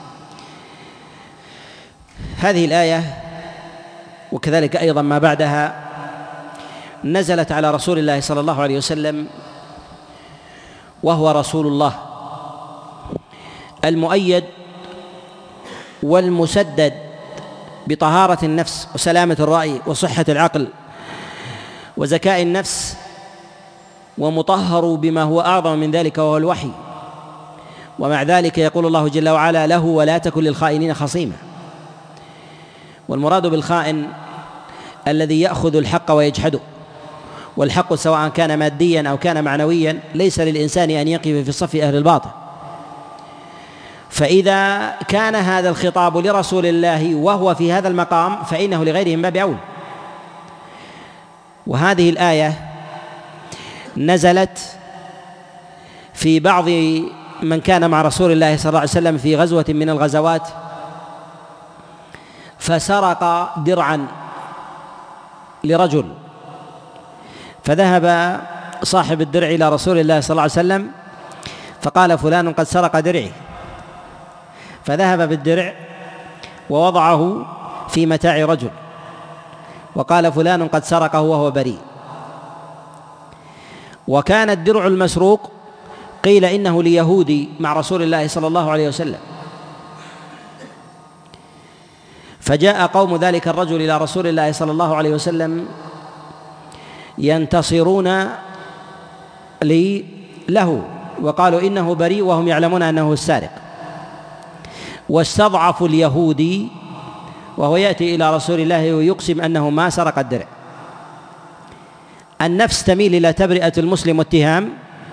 هذه الآية وكذلك أيضا ما بعدها نزلت على رسول الله صلى الله عليه وسلم وهو رسول الله المؤيد والمسدد بطهارة النفس وسلامة الرأي وصحة العقل وزكاء النفس، ومطهر بما هو أعظم من ذلك وهو الوحي. ومع ذلك يقول الله جل وعلا له: ولا تكن للخائنين خصيما. والمراد بالخائن الذي يأخذ الحق ويجحده، والحق سواء كان ماديا أو كان معنويا ليس للإنسان أن يقف في صف أهل الباطل. فإذا كان هذا الخطاب لرسول الله وهو في هذا المقام فإنه لغيره من باب أولى. وهذه الآية نزلت في بعض من كان مع رسول الله صلى الله عليه وسلم في غزوة من الغزوات، فسرق درعا لرجل، فذهب صاحب الدرع إلى رسول الله صلى الله عليه وسلم فقال: فلان قد سرق درعي. فذهب بالدرع ووضعه في متاع رجل وقال: فلان قد سرقه وهو بريء. وكان الدرع المسروق قيل إنه ليهودي مع رسول الله صلى الله عليه وسلم، فجاء قوم ذلك الرجل إلى رسول الله صلى الله عليه وسلم ينتصرون لي له وقالوا إنه بريء وهم يعلمون أنه السارق، واستضعفوا اليهودي وهو يأتي إلى رسول الله ويقسم أنه ما سرق الدرع. النفس تميل إلى تبرئة المسلم واتهام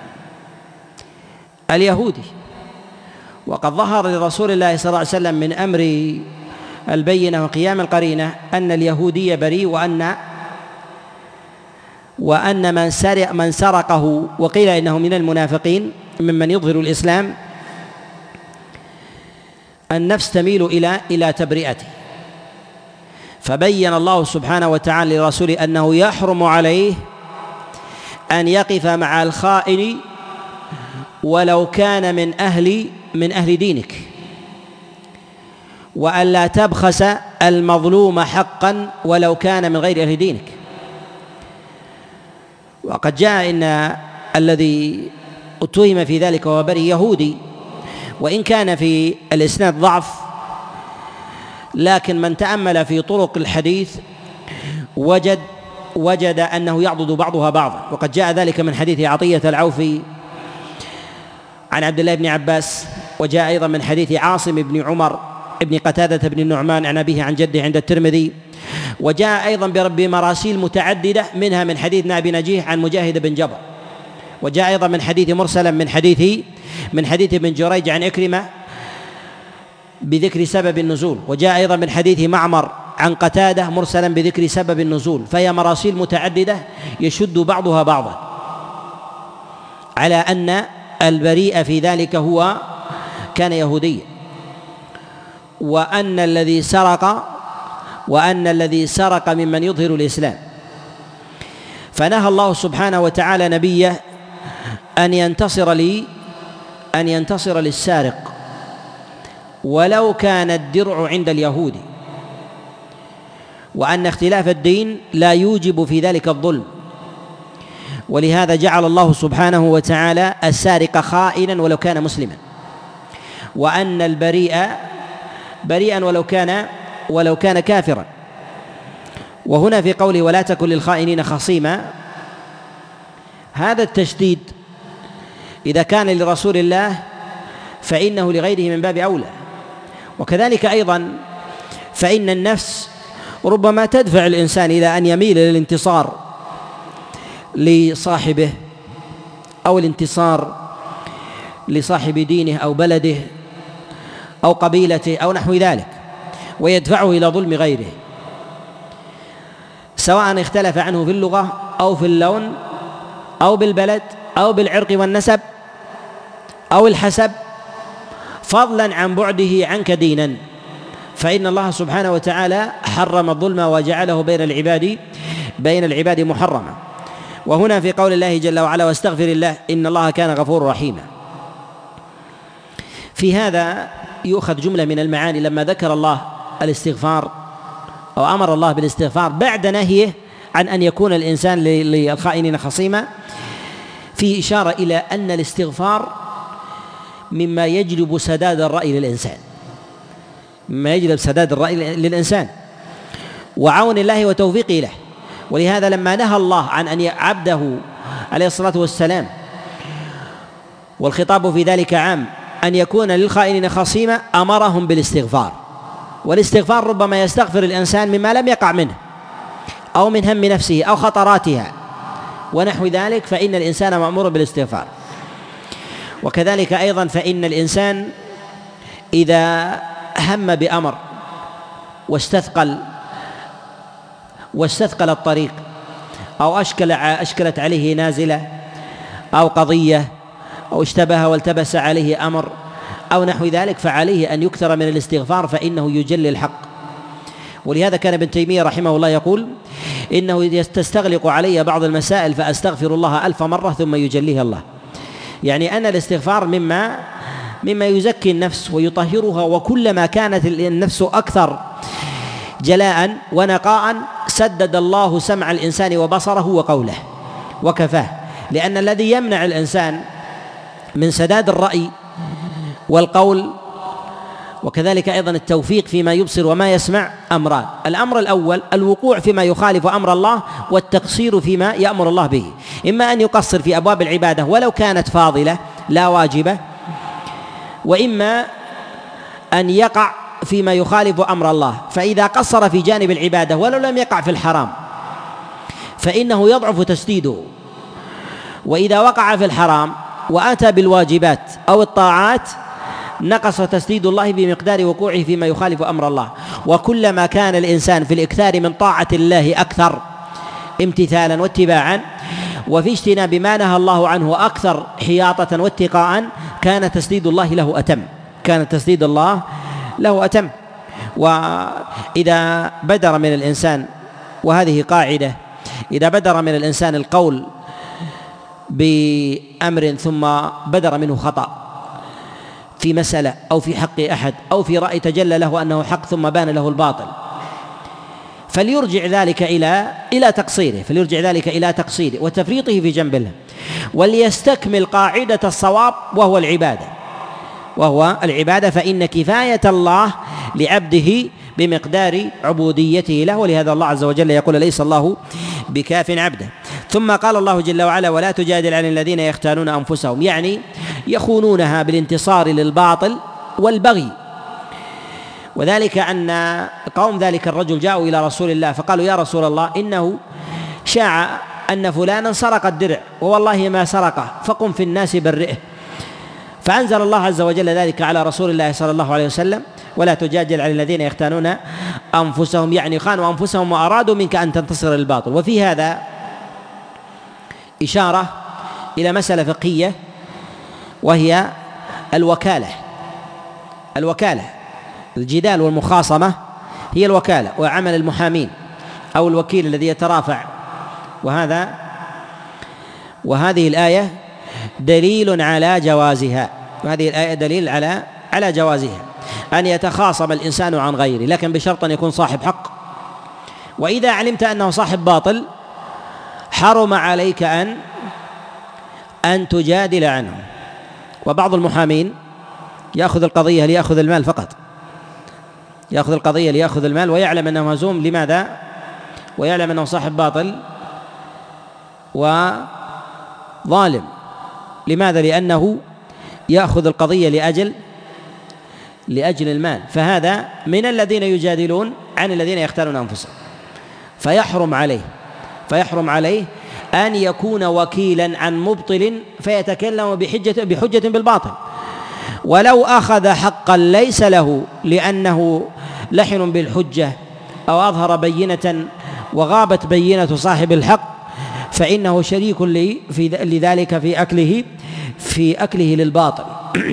اليهودي، وقد ظهر لرسول الله صلى الله عليه وسلم من أمر البينة وقيام القرينة أن اليهودي بريء، وأن وأن من سرق من سرقه وقيل إنه من المنافقين ممن يظهر الإسلام، النفس تميل إلى إلى تبرئته. فبين الله سبحانه وتعالى لرسوله أنه يحرم عليه أن يقف مع الخائن ولو كان من أهل من أهل دينك، وأن لا تبخس المظلوم حقا ولو كان من غير أهل دينك. وقد جاء إن الذي اتهم في ذلك وهو بريء يهودي، وإن كان في الإسناد ضعف، لكن من تأمل في طرق الحديث وجد وجد أنه يعضد بعضها بعضا. وقد جاء ذلك من حديث عطية العوفي عن عبد الله بن عباس، وجاء أيضا من حديث عاصم بن عمر ابن قتادة بن النعمان عن أبيه عن جده عند الترمذي، وجاء أيضا بمراسيل متعددة منها من حديث أبي نجيح عن مجاهد بن جبر، وجاء أيضا من حديث مرسلا من حديث من حديث ابن جريج عن إكرمة بذكر سبب النزول، وجاء أيضا من حديث معمر عن قتادة مرسلا بذكر سبب النزول. فهي مراسيل متعددة يشد بعضها بعضا على أن البريء في ذلك هو كان يهوديا، وأن الذي سرق وأن الذي سرق ممن يظهر الإسلام. فنهى الله سبحانه وتعالى نبيه أن ينتصر لي أن ينتصر للسارق ولو كان الدرع عند اليهود، وأن اختلاف الدين لا يوجب في ذلك الظلم. ولهذا جعل الله سبحانه وتعالى السارق خائنا ولو كان مسلما، وأن البريء بريئا ولو كان ولو كان كافرا. وهنا في قوله ولا تكن للخائنين خصيما، هذا التشديد إذا كان لرسول الله فإنه لغيره من باب أولى. وكذلك أيضا فإن النفس ربما تدفع الإنسان إلى أن يميل للانتصار لصاحبه أو الانتصار لصاحب دينه أو بلده أو قبيلته أو نحو ذلك، ويدفعه إلى ظلم غيره، سواء اختلف عنه في اللغة أو في اللون أو بالبلد أو بالعرق والنسب أو الحسب، فضلا عن بعده عنك دينا. فإن الله سبحانه وتعالى حرم الظلم وجعله بين العباد بين العباد محرما. وهنا في قول الله جل وعلا واستغفر الله إن الله كان غفورا رحيما، في هذا يؤخذ جملة من المعاني لما ذكر الله الاستغفار أو أمر الله بالاستغفار بعد نهيه عن أن يكون الإنسان للخائنين خصيما، في إشارة إلى أن الاستغفار مما يجلب سداد الرأي للإنسان، مما يجلب سداد الرأي للإنسان وعون الله وتوفيقه له. ولهذا لما نهى الله عن أن عبده عليه الصلاة والسلام، والخطاب في ذلك عام، أن يكون للخائنين خصيما، أمرهم بالاستغفار. والاستغفار ربما يستغفر الإنسان مما لم يقع منه أو من هم نفسه أو خطراتها ونحو ذلك، فإن الإنسان مأمور بالاستغفار. وكذلك أيضا فإن الإنسان إذا هم بأمر واستثقل واستثقل الطريق أو أشكل أشكلت عليه نازلة أو قضية أو اشتبه والتبس عليه أمر أو نحو ذلك، فعليه أن يكثر من الاستغفار، فإنه يجلي الحق. ولهذا كان ابن تيمية رحمه الله يقول: إنه تستغلق علي بعض المسائل فأستغفر الله ألف مرة ثم يجليها الله. يعني أن الاستغفار مما مما يزكي النفس ويطهرها، وكلما كانت النفس أكثر جلاء ونقاء سدد الله سمع الإنسان وبصره وقوله وكفاه. لأن الذي يمنع الإنسان من سداد الرأي والقول وكذلك أيضا التوفيق فيما يبصر وما يسمع أمران: الأمر الأول الوقوع فيما يخالف أمر الله، والتقصير فيما يأمر الله به. إما أن يقصر في أبواب العبادة ولو كانت فاضلة لا واجبة، وإما أن يقع فيما يخالف أمر الله. فإذا قصر في جانب العبادة ولو لم يقع في الحرام فإنه يضعف تسديده، وإذا وقع في الحرام وأتى بالواجبات أو الطاعات نقص تسديد الله بمقدار وقوعه فيما يخالف أمر الله. وكلما كان الإنسان في الإكثار من طاعة الله أكثر امتثالا واتباعا، وفي اجتناب ما نهى الله عنه أكثر حياطة واتقاء، كان تسديد الله له أتم كان تسديد الله له أتم. وإذا بدر من الإنسان، وهذه قاعدة، إذا بدر من الإنسان القول بأمر ثم بدر منه خطأ في مسألة أو في حق أحد أو في رأي تجلى له أنه حق ثم بان له الباطل، فليرجع ذلك إلى إلى تقصيره فليرجع ذلك إلى تقصيره وتفريطه في جنب الله، وليستكمل قاعدة الصواب وهو العبادة وهو العبادة فإن كفاية الله لعبده بمقدار عبوديته له. ولهذا الله عز وجل يقول: ليس الله بكاف عبده. ثم قال الله جل وعلا: ولا تجادل عن الذين يختانون أنفسهم، يعني يخونونها بالانتصار للباطل والبغي. وذلك أن قوم ذلك الرجل جاءوا إلى رسول الله فقالوا: يا رسول الله، إنه شاع أن فلانا سرق الدرع ووالله ما سرقه، فقم في الناس برئه. فأنزل الله عز وجل ذلك على رسول الله صلى الله عليه وسلم: ولا تجادل عن الذين يختانون أنفسهم، يعني خانوا أنفسهم وأرادوا منك أن تنتصر للباطل. وفي هذا إشارة إلى مسألة فقهية وهي الوكالة الوكالة الجدال والمخاصمة هي الوكالة، وعمل المحامين أو الوكيل الذي يترافع. وهذا وهذه الآية دليل على جوازها وهذه الآية دليل على على جوازها أن يتخاصم الإنسان عن غيره، لكن بشرط أن يكون صاحب حق. وإذا علمت أنه صاحب باطل حرم عليك أن أن تجادل عنه. وبعض المحامين يأخذ القضية ليأخذ المال فقط، يأخذ القضية ليأخذ المال ويعلم أنه مهزوم. لماذا؟ ويعلم أنه صاحب باطل وظالم. لماذا؟ لأنه يأخذ القضية لأجل لأجل المال. فهذا من الذين يجادلون عن الذين يختارون أنفسهم، فيحرم عليه فيحرم عليه أن يكون وكيلا عن مبطل فيتكلم بحجة بحجة بالباطل، ولو أخذ حقا ليس له لأنه لحن بالحجة أو أظهر بينة وغابت بينة صاحب الحق، فإنه شريك لذلك في أكله في أكله للباطل.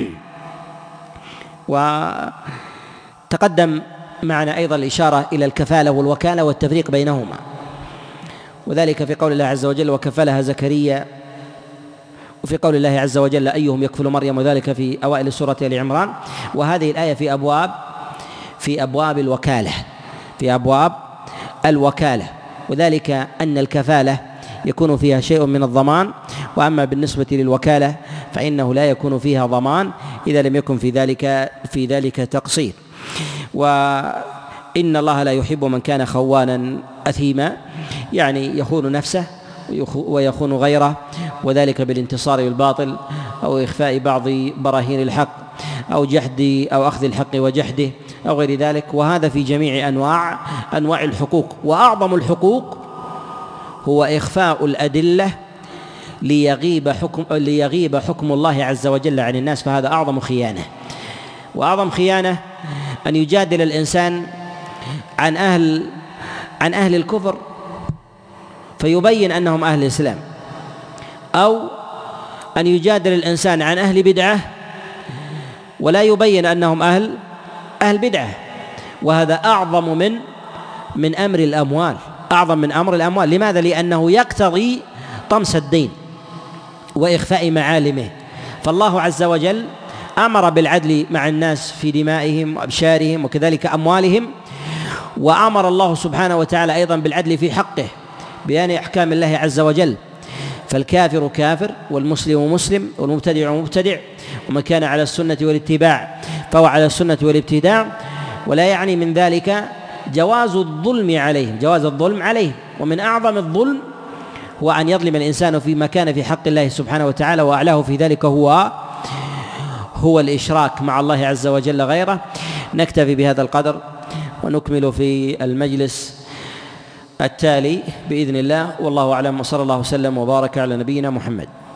وتقدم معنا أيضا الإشارة إلى الكفالة والوكالة والتفريق بينهما، وذلك في قول الله عز وجل: وكفلها زكريا، وفي قول الله عز وجل: أيهم يكفل مريم، وذلك في أوائل سورة آل عمران. وهذه الآية في أبواب في أبواب الوكالة في أبواب الوكالة وذلك أن الكفالة يكون فيها شيء من الضمان، وأما بالنسبة للوكالة فإنه لا يكون فيها ضمان إذا لم يكن في ذلك في ذلك تقصير. وإن الله لا يحب من كان خوانا أثيما، يعني يخون نفسه ويخون غيره، وذلك بالانتصار بالباطل أو إخفاء بعض براهين الحق أو جحد أو أخذ الحق وجحده أو غير ذلك. وهذا في جميع أنواع أنواع الحقوق. وأعظم الحقوق هو إخفاء الأدلة ليغيب حكم ليغيب حكم الله عز وجل عن الناس، فهذا أعظم خيانة. وأعظم خيانة أن يجادل الإنسان عن أهل عن أهل الكفر فيبين أنهم أهل الإسلام، أو أن يجادل الإنسان عن أهل بدعة ولا يبين أنهم أهل أهل بدعة، وهذا أعظم من من أمر الأموال، أعظم من أمر الأموال. لماذا؟ لأنه يقتضي طمس الدين وإخفاء معالمه. فالله عز وجل أمر بالعدل مع الناس في دمائهم وأبشارهم وكذلك أموالهم، وأمر الله سبحانه وتعالى أيضا بالعدل في حقه بيان أحكام الله عز وجل. فالكافر كافر والمسلم مسلم والمبتدع مبتدع، ومن كان على السنة والاتباع فهو على السنة والابتداع. ولا يعني من ذلك جواز الظلم عليهم، جواز الظلم عليهم. ومن أعظم الظلم هو أن يظلم الإنسان فيما كان في حق الله سبحانه وتعالى، وأعلاه في ذلك هو هو الإشراك مع الله عز وجل غيره. نكتفي بهذا القدر ونكمل في المجلس التالي بإذن الله، والله أعلم، وصلى الله وسلم وبارك على نبينا محمد.